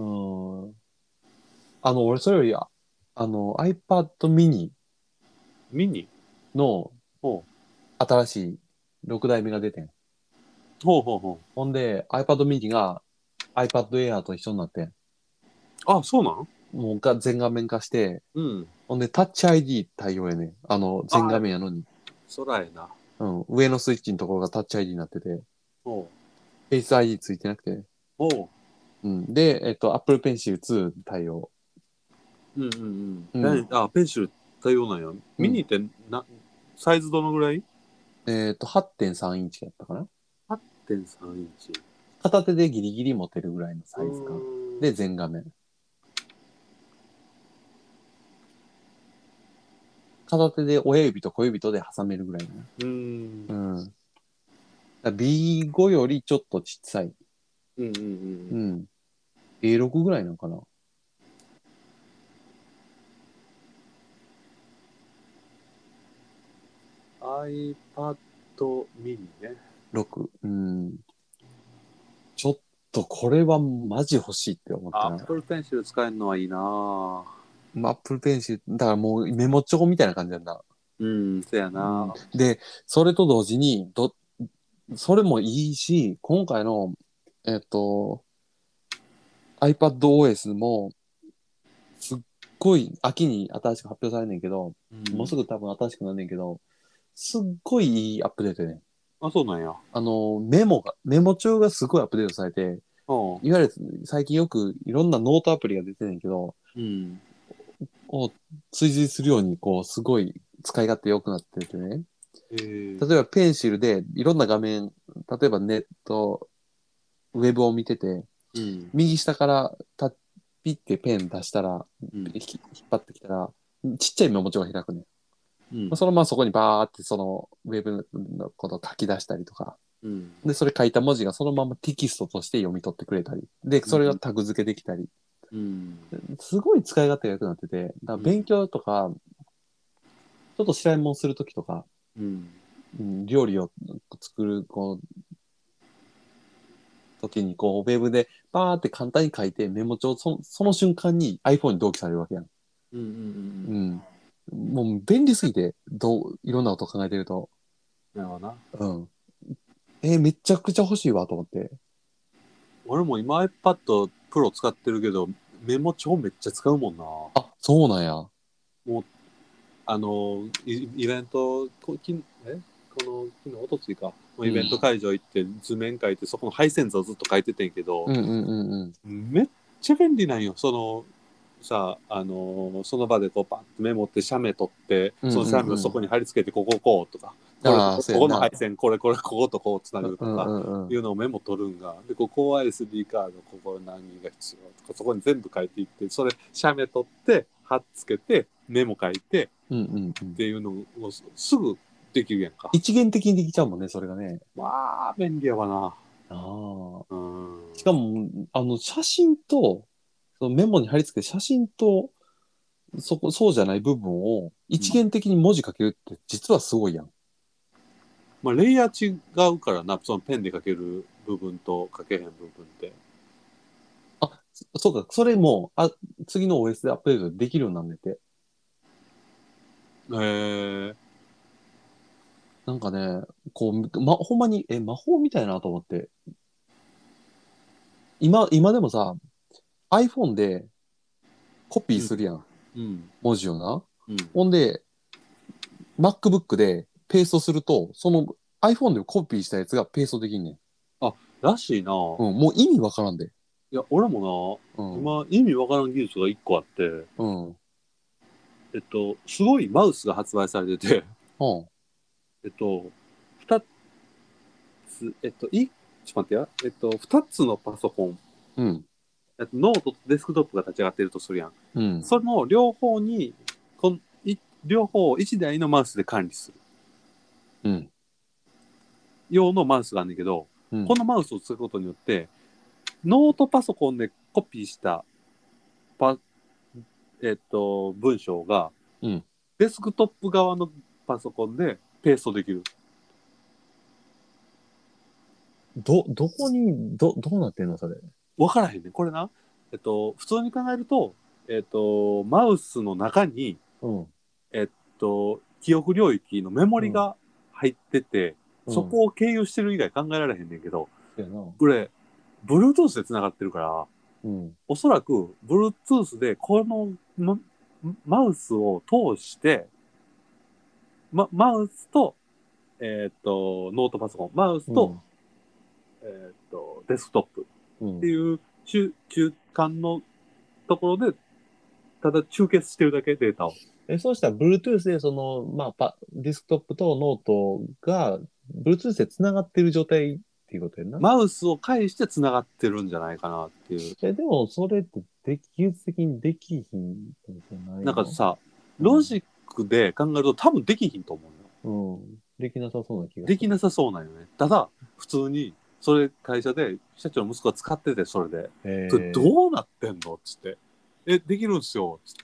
Speaker 2: 俺それより、iPad mini
Speaker 1: な。ミニ。
Speaker 2: の
Speaker 1: ほ
Speaker 2: 新しい6代目が出てん。
Speaker 1: ほうほうほ
Speaker 2: ほんで、iPad mini が iPad Air と一緒になってん。
Speaker 1: う。あ、そうなん？
Speaker 2: もう全画面化して、
Speaker 1: うん。
Speaker 2: ほんで、タッチ ID 対応やねん。全画
Speaker 1: あ、
Speaker 2: 面やのに。
Speaker 1: そらやな。
Speaker 2: うん。上のスイッチのところがタッチ ID になってて、
Speaker 1: ほ
Speaker 2: フェイス ID ついてなくて。
Speaker 1: う。ほ
Speaker 2: うん。で、Apple Pencil 2対応。
Speaker 1: う。うんうん
Speaker 2: うん。
Speaker 1: うん。ペンシル対応なんや。
Speaker 2: うん。
Speaker 1: ミニってサイズどのぐらい？
Speaker 2: 8.3インチやったかな。
Speaker 1: 8.3 インチ。
Speaker 2: 片手でギリギリ持てるぐらいの
Speaker 1: う
Speaker 2: サイズ感。
Speaker 1: ーん。
Speaker 2: で、全画面。片手で親指と小指とで挟めるぐらいな。
Speaker 1: うーん。
Speaker 2: うん。だから B5 よりちょっとちっさい。
Speaker 1: うんうんうん。
Speaker 2: うん。A6 ぐらいなのかな。
Speaker 1: iPad mini ね。
Speaker 2: 6。うん。ちょっとこれはマジ欲しいって思ったな。
Speaker 1: Apple Pencil 使えるのはいいなぁ。
Speaker 2: まあ、Apple Pencil、だからもうメモ帳みたいな感じなんだ。
Speaker 1: うん、そや
Speaker 2: うん。
Speaker 1: な。
Speaker 2: で、それと同時に、それもいいし、今回の、えっと、iPadOS も、すっごい秋に新しく発表されんねんけど、もうすぐ多分新しくなんねんけど、すっごいいいアップデートやねん。
Speaker 1: あ、そうなんや。
Speaker 2: メモ帳がすごいアップデートされて、
Speaker 1: う
Speaker 2: いわゆる最近よくいろんなノートアプリが出てんねんけど、
Speaker 1: ん。うん。
Speaker 2: を追随するように、こう、すごい使い勝手良くなっててね。
Speaker 1: え
Speaker 2: 例えばペンシルでいろんな画面、例えばネット、ウェブを見てて、
Speaker 1: うん。
Speaker 2: 右下からピッてペン出したら、
Speaker 1: うん
Speaker 2: 引っ張ってきたら、ちっちゃいメモ帳が開くね。
Speaker 1: うん
Speaker 2: そのままそこにバーってそのウェブのことを書き出したりとか、
Speaker 1: うん
Speaker 2: で、それ書いた文字がそのままテキストとして読み取ってくれたり、で、それがタグ付けできたり、
Speaker 1: うん
Speaker 2: すごい使い勝手が良くなってて、だから勉強とか、ちょっと調べ物するときとか、
Speaker 1: うん
Speaker 2: 料理を作る、時にウェブでバーって簡単に書いてメモ帳その瞬間に iPhone に同期されるわけやん。
Speaker 1: うんうん
Speaker 2: もう便利すぎて、いろんなこと考えてると。
Speaker 1: なるほどな。
Speaker 2: めちゃくちゃ欲しいわと思って。
Speaker 1: 俺も今 iPad Pro 使ってるけど、メモ帳めっちゃ使うもんな。
Speaker 2: あ、そうなんや。
Speaker 1: もう、イベント、昨日、昨日、おとついか、イベント会場行って図面書いて、そこの配線図をずっと書いててんけど、めっちゃ便利なんよ。その場でパッとメモって写メ取って、その写メをそこに貼り付けて、こうとか、ここの配線、こことこうつなぐとか、いうのをメモ取るんが、で、ここは SD カード、ここ何が必要とか、そこに全部書いていって、それ、写メ取って、貼っつけて、メモ書いて、っていうのをすぐできるやんか。
Speaker 2: 一元的にできちゃうもんね、それがね。
Speaker 1: まあ、便利やわな。
Speaker 2: しかも、写真と、そのメモに貼り付けて写真と、そうじゃない部分を一元的に文字書けるって実はすごいやん。
Speaker 1: まあ、レイヤー違うからな、そのペンで書ける部分と書けへん部分って。
Speaker 2: あ、そうか、それも、次の OS でアップデートできるようになんねて。なんかね、ほんまに、魔法みたいなと思って。今でもさ、iPhone でコピーするやん。文字をな。ほんで、MacBook でペーストすると、その iPhone でコピーしたやつがペーストできんねん。
Speaker 1: あ、らしいな。
Speaker 2: もう意味わからんで。
Speaker 1: いや、俺もな、今、意味わからん技術が一個あって、すごいマウスが発売されてて、二つ、ちょっと待ってや、二つのパソコン、ノートとデスクトップが立ち上がってるとするやん。その両方に、両方を一台のマウスで管理する。用のマウスがあるんだけど、このマウスを使うことによって、ノートパソコンでコピーした文章が、デスクトップ側のパソコンでペーストできる。
Speaker 2: どこに、どうなってんのそれ。
Speaker 1: わからへんね。これな、普通に考えると、マウスの中に、記憶領域のメモリが入ってて、そこを経由してる以外考えられへんねんけど、これ、Bluetooth で繋がってるから、おそらく Bluetooth でこのマウスを通して、マウスと、ノートパソコン、マウスと、デスクトップっていう中間のところで、ただ中継してるだけ、データを。
Speaker 2: そうしたら Bluetooth でデスクトップとノートが Bluetooth で繋がってる状態っていうことやな。
Speaker 1: マウスを介して繋がってるんじゃないかなっていう。
Speaker 2: でもそれって技術的にできひんじゃないの？
Speaker 1: なんかさ、ロジックで考えると多分できひんと思
Speaker 2: うよ。できなさそうな気がする。
Speaker 1: できなさそうなんよね。ただ、普通に、それ会社で社長の息子が使ってて、それで。それどうなってんのっつって。できるんすよ、つって。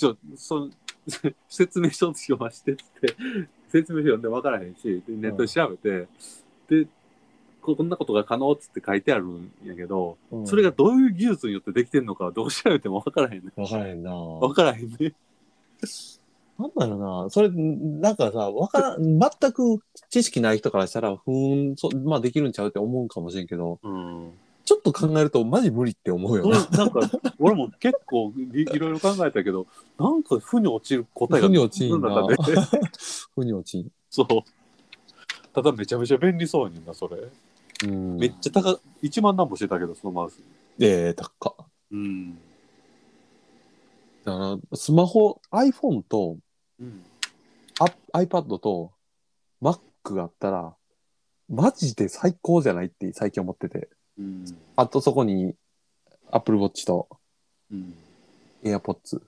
Speaker 1: 説明書読ましてって、説明書読んで分からへんし、ネットで調べて、で、こんなことが可能っつって書いてあるんやけど、それがどういう技術によってできてんのかはどう調べても分からへんね。
Speaker 2: 分からへんな。
Speaker 1: 分からへんね。
Speaker 2: なんだろうな。それ、なんかさ、全く知識ない人からしたら、できるんちゃうって思うかもしれんけど、ちょっと考えるとマジ無理って思うよな。
Speaker 1: なんか、俺も結構いろいろ考えたけど、なんか負に落ちる答えが
Speaker 2: 負に落ちんな。負に落ちん。
Speaker 1: そう。ただめちゃめちゃ便利そうにな、それ。めっちゃ1万何歩してたけど、そのマウス。
Speaker 2: 高っ。だから、スマホ、iPhone と、iPad と Mac があったら、マジで最高じゃないって最近思ってて。あとそこに Apple Watch と。
Speaker 1: うん。
Speaker 2: エアポッツ。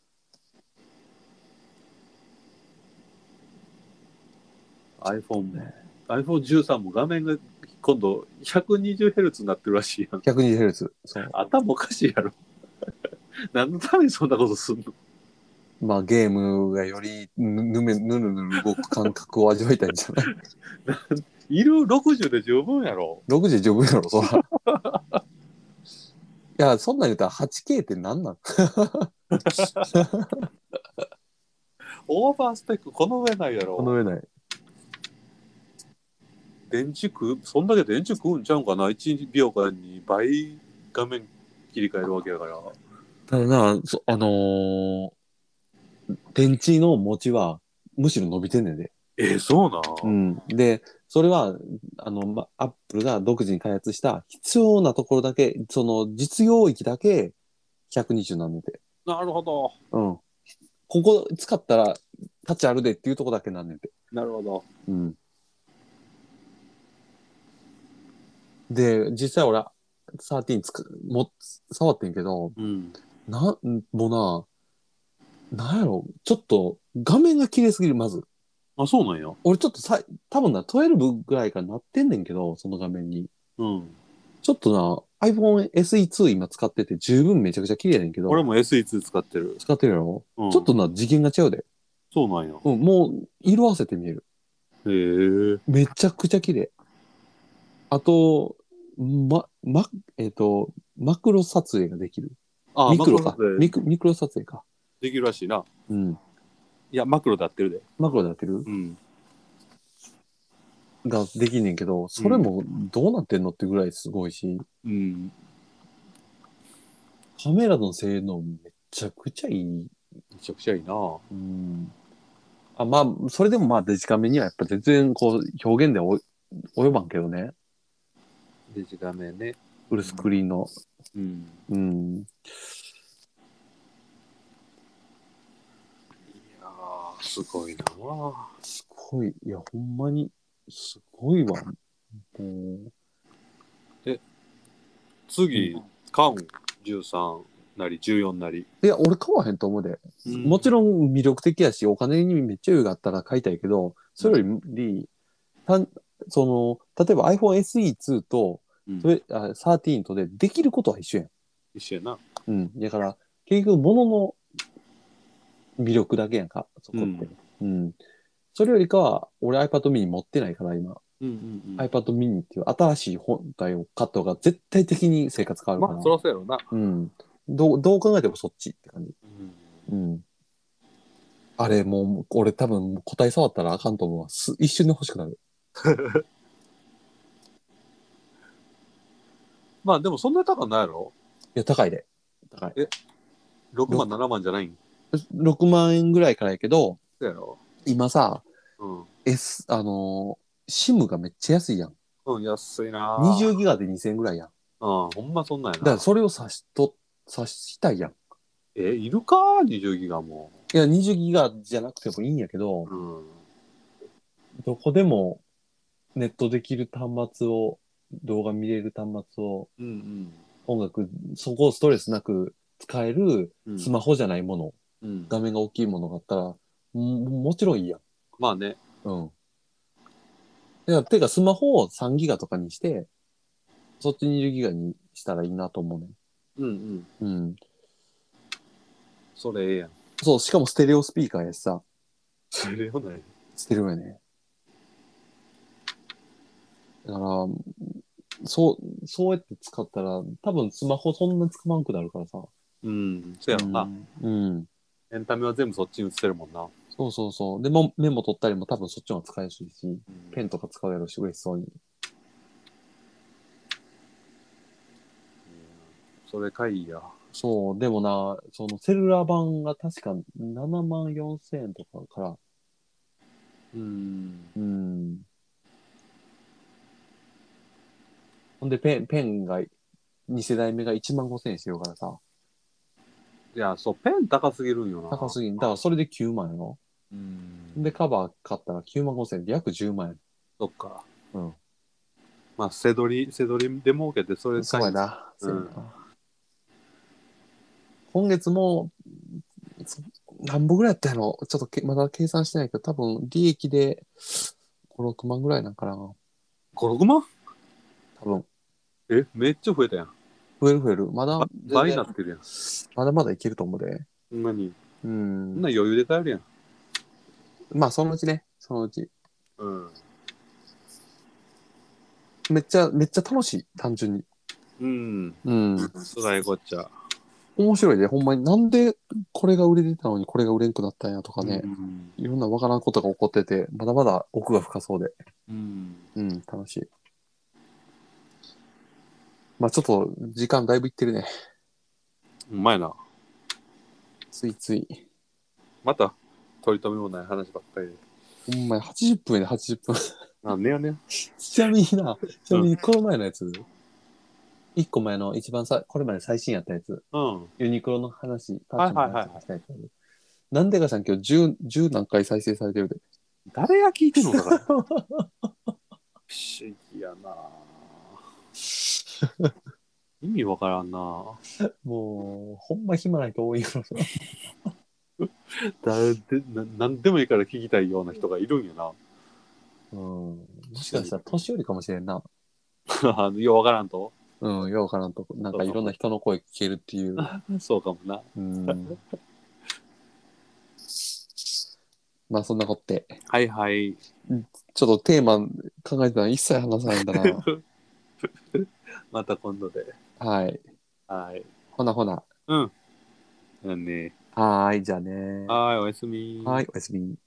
Speaker 1: iPhone13 も画面が今度 120Hz になってるらしいやん。
Speaker 2: 120Hz。そ
Speaker 1: 頭おかしいやろ。何のためにそんなことすんの？
Speaker 2: う。まあゲームがよりぬるぬる動く感覚を味わいたいんじゃない？
Speaker 1: いる60で十分やろ。
Speaker 2: 6 時十分やろ、そら。いや、そんなん言ったら 8K って何なん？
Speaker 1: オーバースペックこの上ないやろ。
Speaker 2: この上ない。
Speaker 1: 電池食う、そんだけ電池食うんちゃうんかな？ 1 秒間に倍画面切り替えるわけやから。
Speaker 2: ただな、電池の持ちはむしろ伸びてんねんで。
Speaker 1: そうな。
Speaker 2: うん。で、それは、アップルが独自に開発した必要なところだけ、その実用域だけ120なんねんて。
Speaker 1: なるほど。
Speaker 2: うん。ここ使ったらタッチあるでっていうとこだけなんねんて。
Speaker 1: なるほど。
Speaker 2: うん。で、実際俺、13触ってんけど、
Speaker 1: うん。
Speaker 2: もうなんやろ、ちょっと画面が綺麗すぎる、まず。
Speaker 1: あ、そうなんや。
Speaker 2: 俺ちょっと多分な、12ぐらいからなってんねんけど、その画面に。
Speaker 1: うん。
Speaker 2: ちょっとな、iPhone SE2 今使ってて十分めちゃくちゃ綺麗やねんけど、
Speaker 1: 俺も SE2 使ってる。
Speaker 2: 使ってるやろ、
Speaker 1: うん。
Speaker 2: ちょっとな、次元が違うで。
Speaker 1: そうなんや。
Speaker 2: うん、もう、色あせて見える。
Speaker 1: へえ。
Speaker 2: めちゃくちゃ綺麗。あと、ま、ま、マクロ撮影ができる。
Speaker 1: あ、マクロ撮
Speaker 2: ミクロか。
Speaker 1: 影
Speaker 2: ミクロ撮影か。
Speaker 1: できるらしいな。
Speaker 2: うん。
Speaker 1: いや、マクロでやってるで。
Speaker 2: マクロでやってる
Speaker 1: うん。
Speaker 2: ができんねんけど、それもどうなってんのってぐらいすごいし、
Speaker 1: うん。
Speaker 2: カメラの性能めちゃくちゃいい。
Speaker 1: めちゃくちゃいいな。
Speaker 2: うん。あ、まあ、それでもまあデジカメにはやっぱ全然こう表現で及ばんけどね。
Speaker 1: デジカメね。
Speaker 2: フルスクリーンの。
Speaker 1: うん。
Speaker 2: うん。
Speaker 1: いやー、すごいな。
Speaker 2: すごい。いや、ほんまに、すごいわ。もう。
Speaker 1: 次、カン13なり14なり。
Speaker 2: いや、俺買わへんと思うで。
Speaker 1: うん
Speaker 2: もちろん魅力的やし、お金にめっちゃ余裕があったら買いたいけど、それより、そ例えば iPhone SE2 と、
Speaker 1: うん。
Speaker 2: 13とでできることは一緒やん。
Speaker 1: 一緒やな。
Speaker 2: うん。だから、結局、物の魅力だけやんか、そこって。うん。それよりかは、俺 iPad mini 持ってないから、今。
Speaker 1: うんうんうん。
Speaker 2: iPad mini っていう新しい本体を買った方が絶対的に生活変わる
Speaker 1: まあ、
Speaker 2: から。
Speaker 1: そらそうやろうな。
Speaker 2: うん。どう考えてもそっちって感じ。
Speaker 1: うん。
Speaker 2: うん。あれ、もう、俺多分個体触ったらあかんと思うわ。一瞬で欲しくなる。
Speaker 1: まあ、でもそんな高ないやろ？
Speaker 2: いや、高いで。高い。
Speaker 1: え、6万、
Speaker 2: 6、
Speaker 1: 7万じゃないん？
Speaker 2: 6万円ぐらいからやけど、
Speaker 1: そうやろ？
Speaker 2: 今さ、
Speaker 1: うん。
Speaker 2: SIM がめっちゃ安いやん。
Speaker 1: うん、安いな。
Speaker 2: 20ギガで2000円ぐらいやん。
Speaker 1: うん、ほんまそんなんやな。
Speaker 2: だからそれを差したいやん。
Speaker 1: いるか？ 20 ギガも。
Speaker 2: いや、20ギガじゃなくてもいいんやけど、
Speaker 1: うん。
Speaker 2: どこでもネットできる端末を、動画見れる端末を、
Speaker 1: うん
Speaker 2: 音楽、そこをストレスなく使える
Speaker 1: うん。
Speaker 2: スマホじゃないもの、
Speaker 1: うん。
Speaker 2: 画面が大きいものがあったら、もちろんいいやん。
Speaker 1: まあね。
Speaker 2: うん。てか、スマホを3ギガとかにして、そっち20ギガにしたらいいなと思うね。
Speaker 1: うんうん。
Speaker 2: うん。
Speaker 1: それええやん。
Speaker 2: そう、しかもステレオスピーカーやしさ、
Speaker 1: それよね。
Speaker 2: ステレオやね。だから、そうやって使ったら、多分スマホそんな使わんくなるからさ。
Speaker 1: うん、そうやろな。
Speaker 2: うん。
Speaker 1: エンタメは全部そっちに移せるもんな。
Speaker 2: そうそうそう。でも、メモ取ったりも多分そっちの方が使いやすいし、
Speaker 1: うん、
Speaker 2: ペンとか使うやろうし、嬉しそうに。
Speaker 1: それかいいや。
Speaker 2: そう、でもな、そのセルラー版が確か7万4千円とかから、
Speaker 1: うん。
Speaker 2: うん。ほんで、ペンが2世代目が1万5千円してるからさ、
Speaker 1: いや、そう、ペン高すぎるんよな。
Speaker 2: 高すぎん。だからそれで9万やろ。
Speaker 1: うん。
Speaker 2: で、カバー買ったら9万5千円で約10万円。
Speaker 1: そっか。
Speaker 2: うん。
Speaker 1: まあ、せどりで儲けて、それ
Speaker 2: そう
Speaker 1: 買い。
Speaker 2: やな。
Speaker 1: うん。
Speaker 2: そうやな。 今月も、何本ぐらいやったんやろちょっとまだ計算してないけど、多分利益で5、6万ぐらいなんかな。
Speaker 1: 5、6万？
Speaker 2: 多分。
Speaker 1: めっちゃ増えたやん。
Speaker 2: 増える増える。まだ
Speaker 1: 倍になってるやん。
Speaker 2: まだまだいけると思うで。
Speaker 1: ほんまに。
Speaker 2: う
Speaker 1: そん
Speaker 2: ん。
Speaker 1: な余裕で買えるやん。
Speaker 2: まあ、そのうちね。そのうち。
Speaker 1: うん。
Speaker 2: めっちゃ楽しい。単純に。
Speaker 1: うん。
Speaker 2: うん。
Speaker 1: そらえこっちゃ。
Speaker 2: 面白いで。ほんまに。なんでこれが売れてたのにこれが売れんくなったんやとかね。
Speaker 1: うん。
Speaker 2: いろんなわからんことが起こってて、まだまだ奥が深そうで。
Speaker 1: うん。
Speaker 2: うん、楽しい。まあちょっと時間だいぶいってるね。
Speaker 1: うまいな。
Speaker 2: ついつい。
Speaker 1: また、取り留めもない話ばっかりで。
Speaker 2: ほんまに80分やで80分。
Speaker 1: あ、ねよねよ。
Speaker 2: ちなみにな、この前のやつ、一個前の一番これまで最新やったやつ、
Speaker 1: うん。
Speaker 2: ユニクロの話、パッチの
Speaker 1: はいはいはい
Speaker 2: 話したやつ。なんでかさん今日10何回再生されてるで。
Speaker 1: 誰が聞いてんのだから。不思議やな。意味わからんな。
Speaker 2: もう、ほんま暇ないと多いよ
Speaker 1: なんでもいいから聞きたいような人がいるんやな。
Speaker 2: うん。もしかしたら年寄りかもしれんな。
Speaker 1: ようわからんと。
Speaker 2: うん、ようわからんとこ。なんかいろんな人の声聞けるっていう。
Speaker 1: そうかもな。
Speaker 2: うん。まあそんなこって。
Speaker 1: はいはい。
Speaker 2: ちょっとテーマ考えてたの一切話さないんだな。
Speaker 1: また今度で。
Speaker 2: はい。
Speaker 1: はい。
Speaker 2: ほなほな。
Speaker 1: うん。なんね。
Speaker 2: はーい、じゃあね。
Speaker 1: はい、おやすみ。
Speaker 2: はい、おやすみ。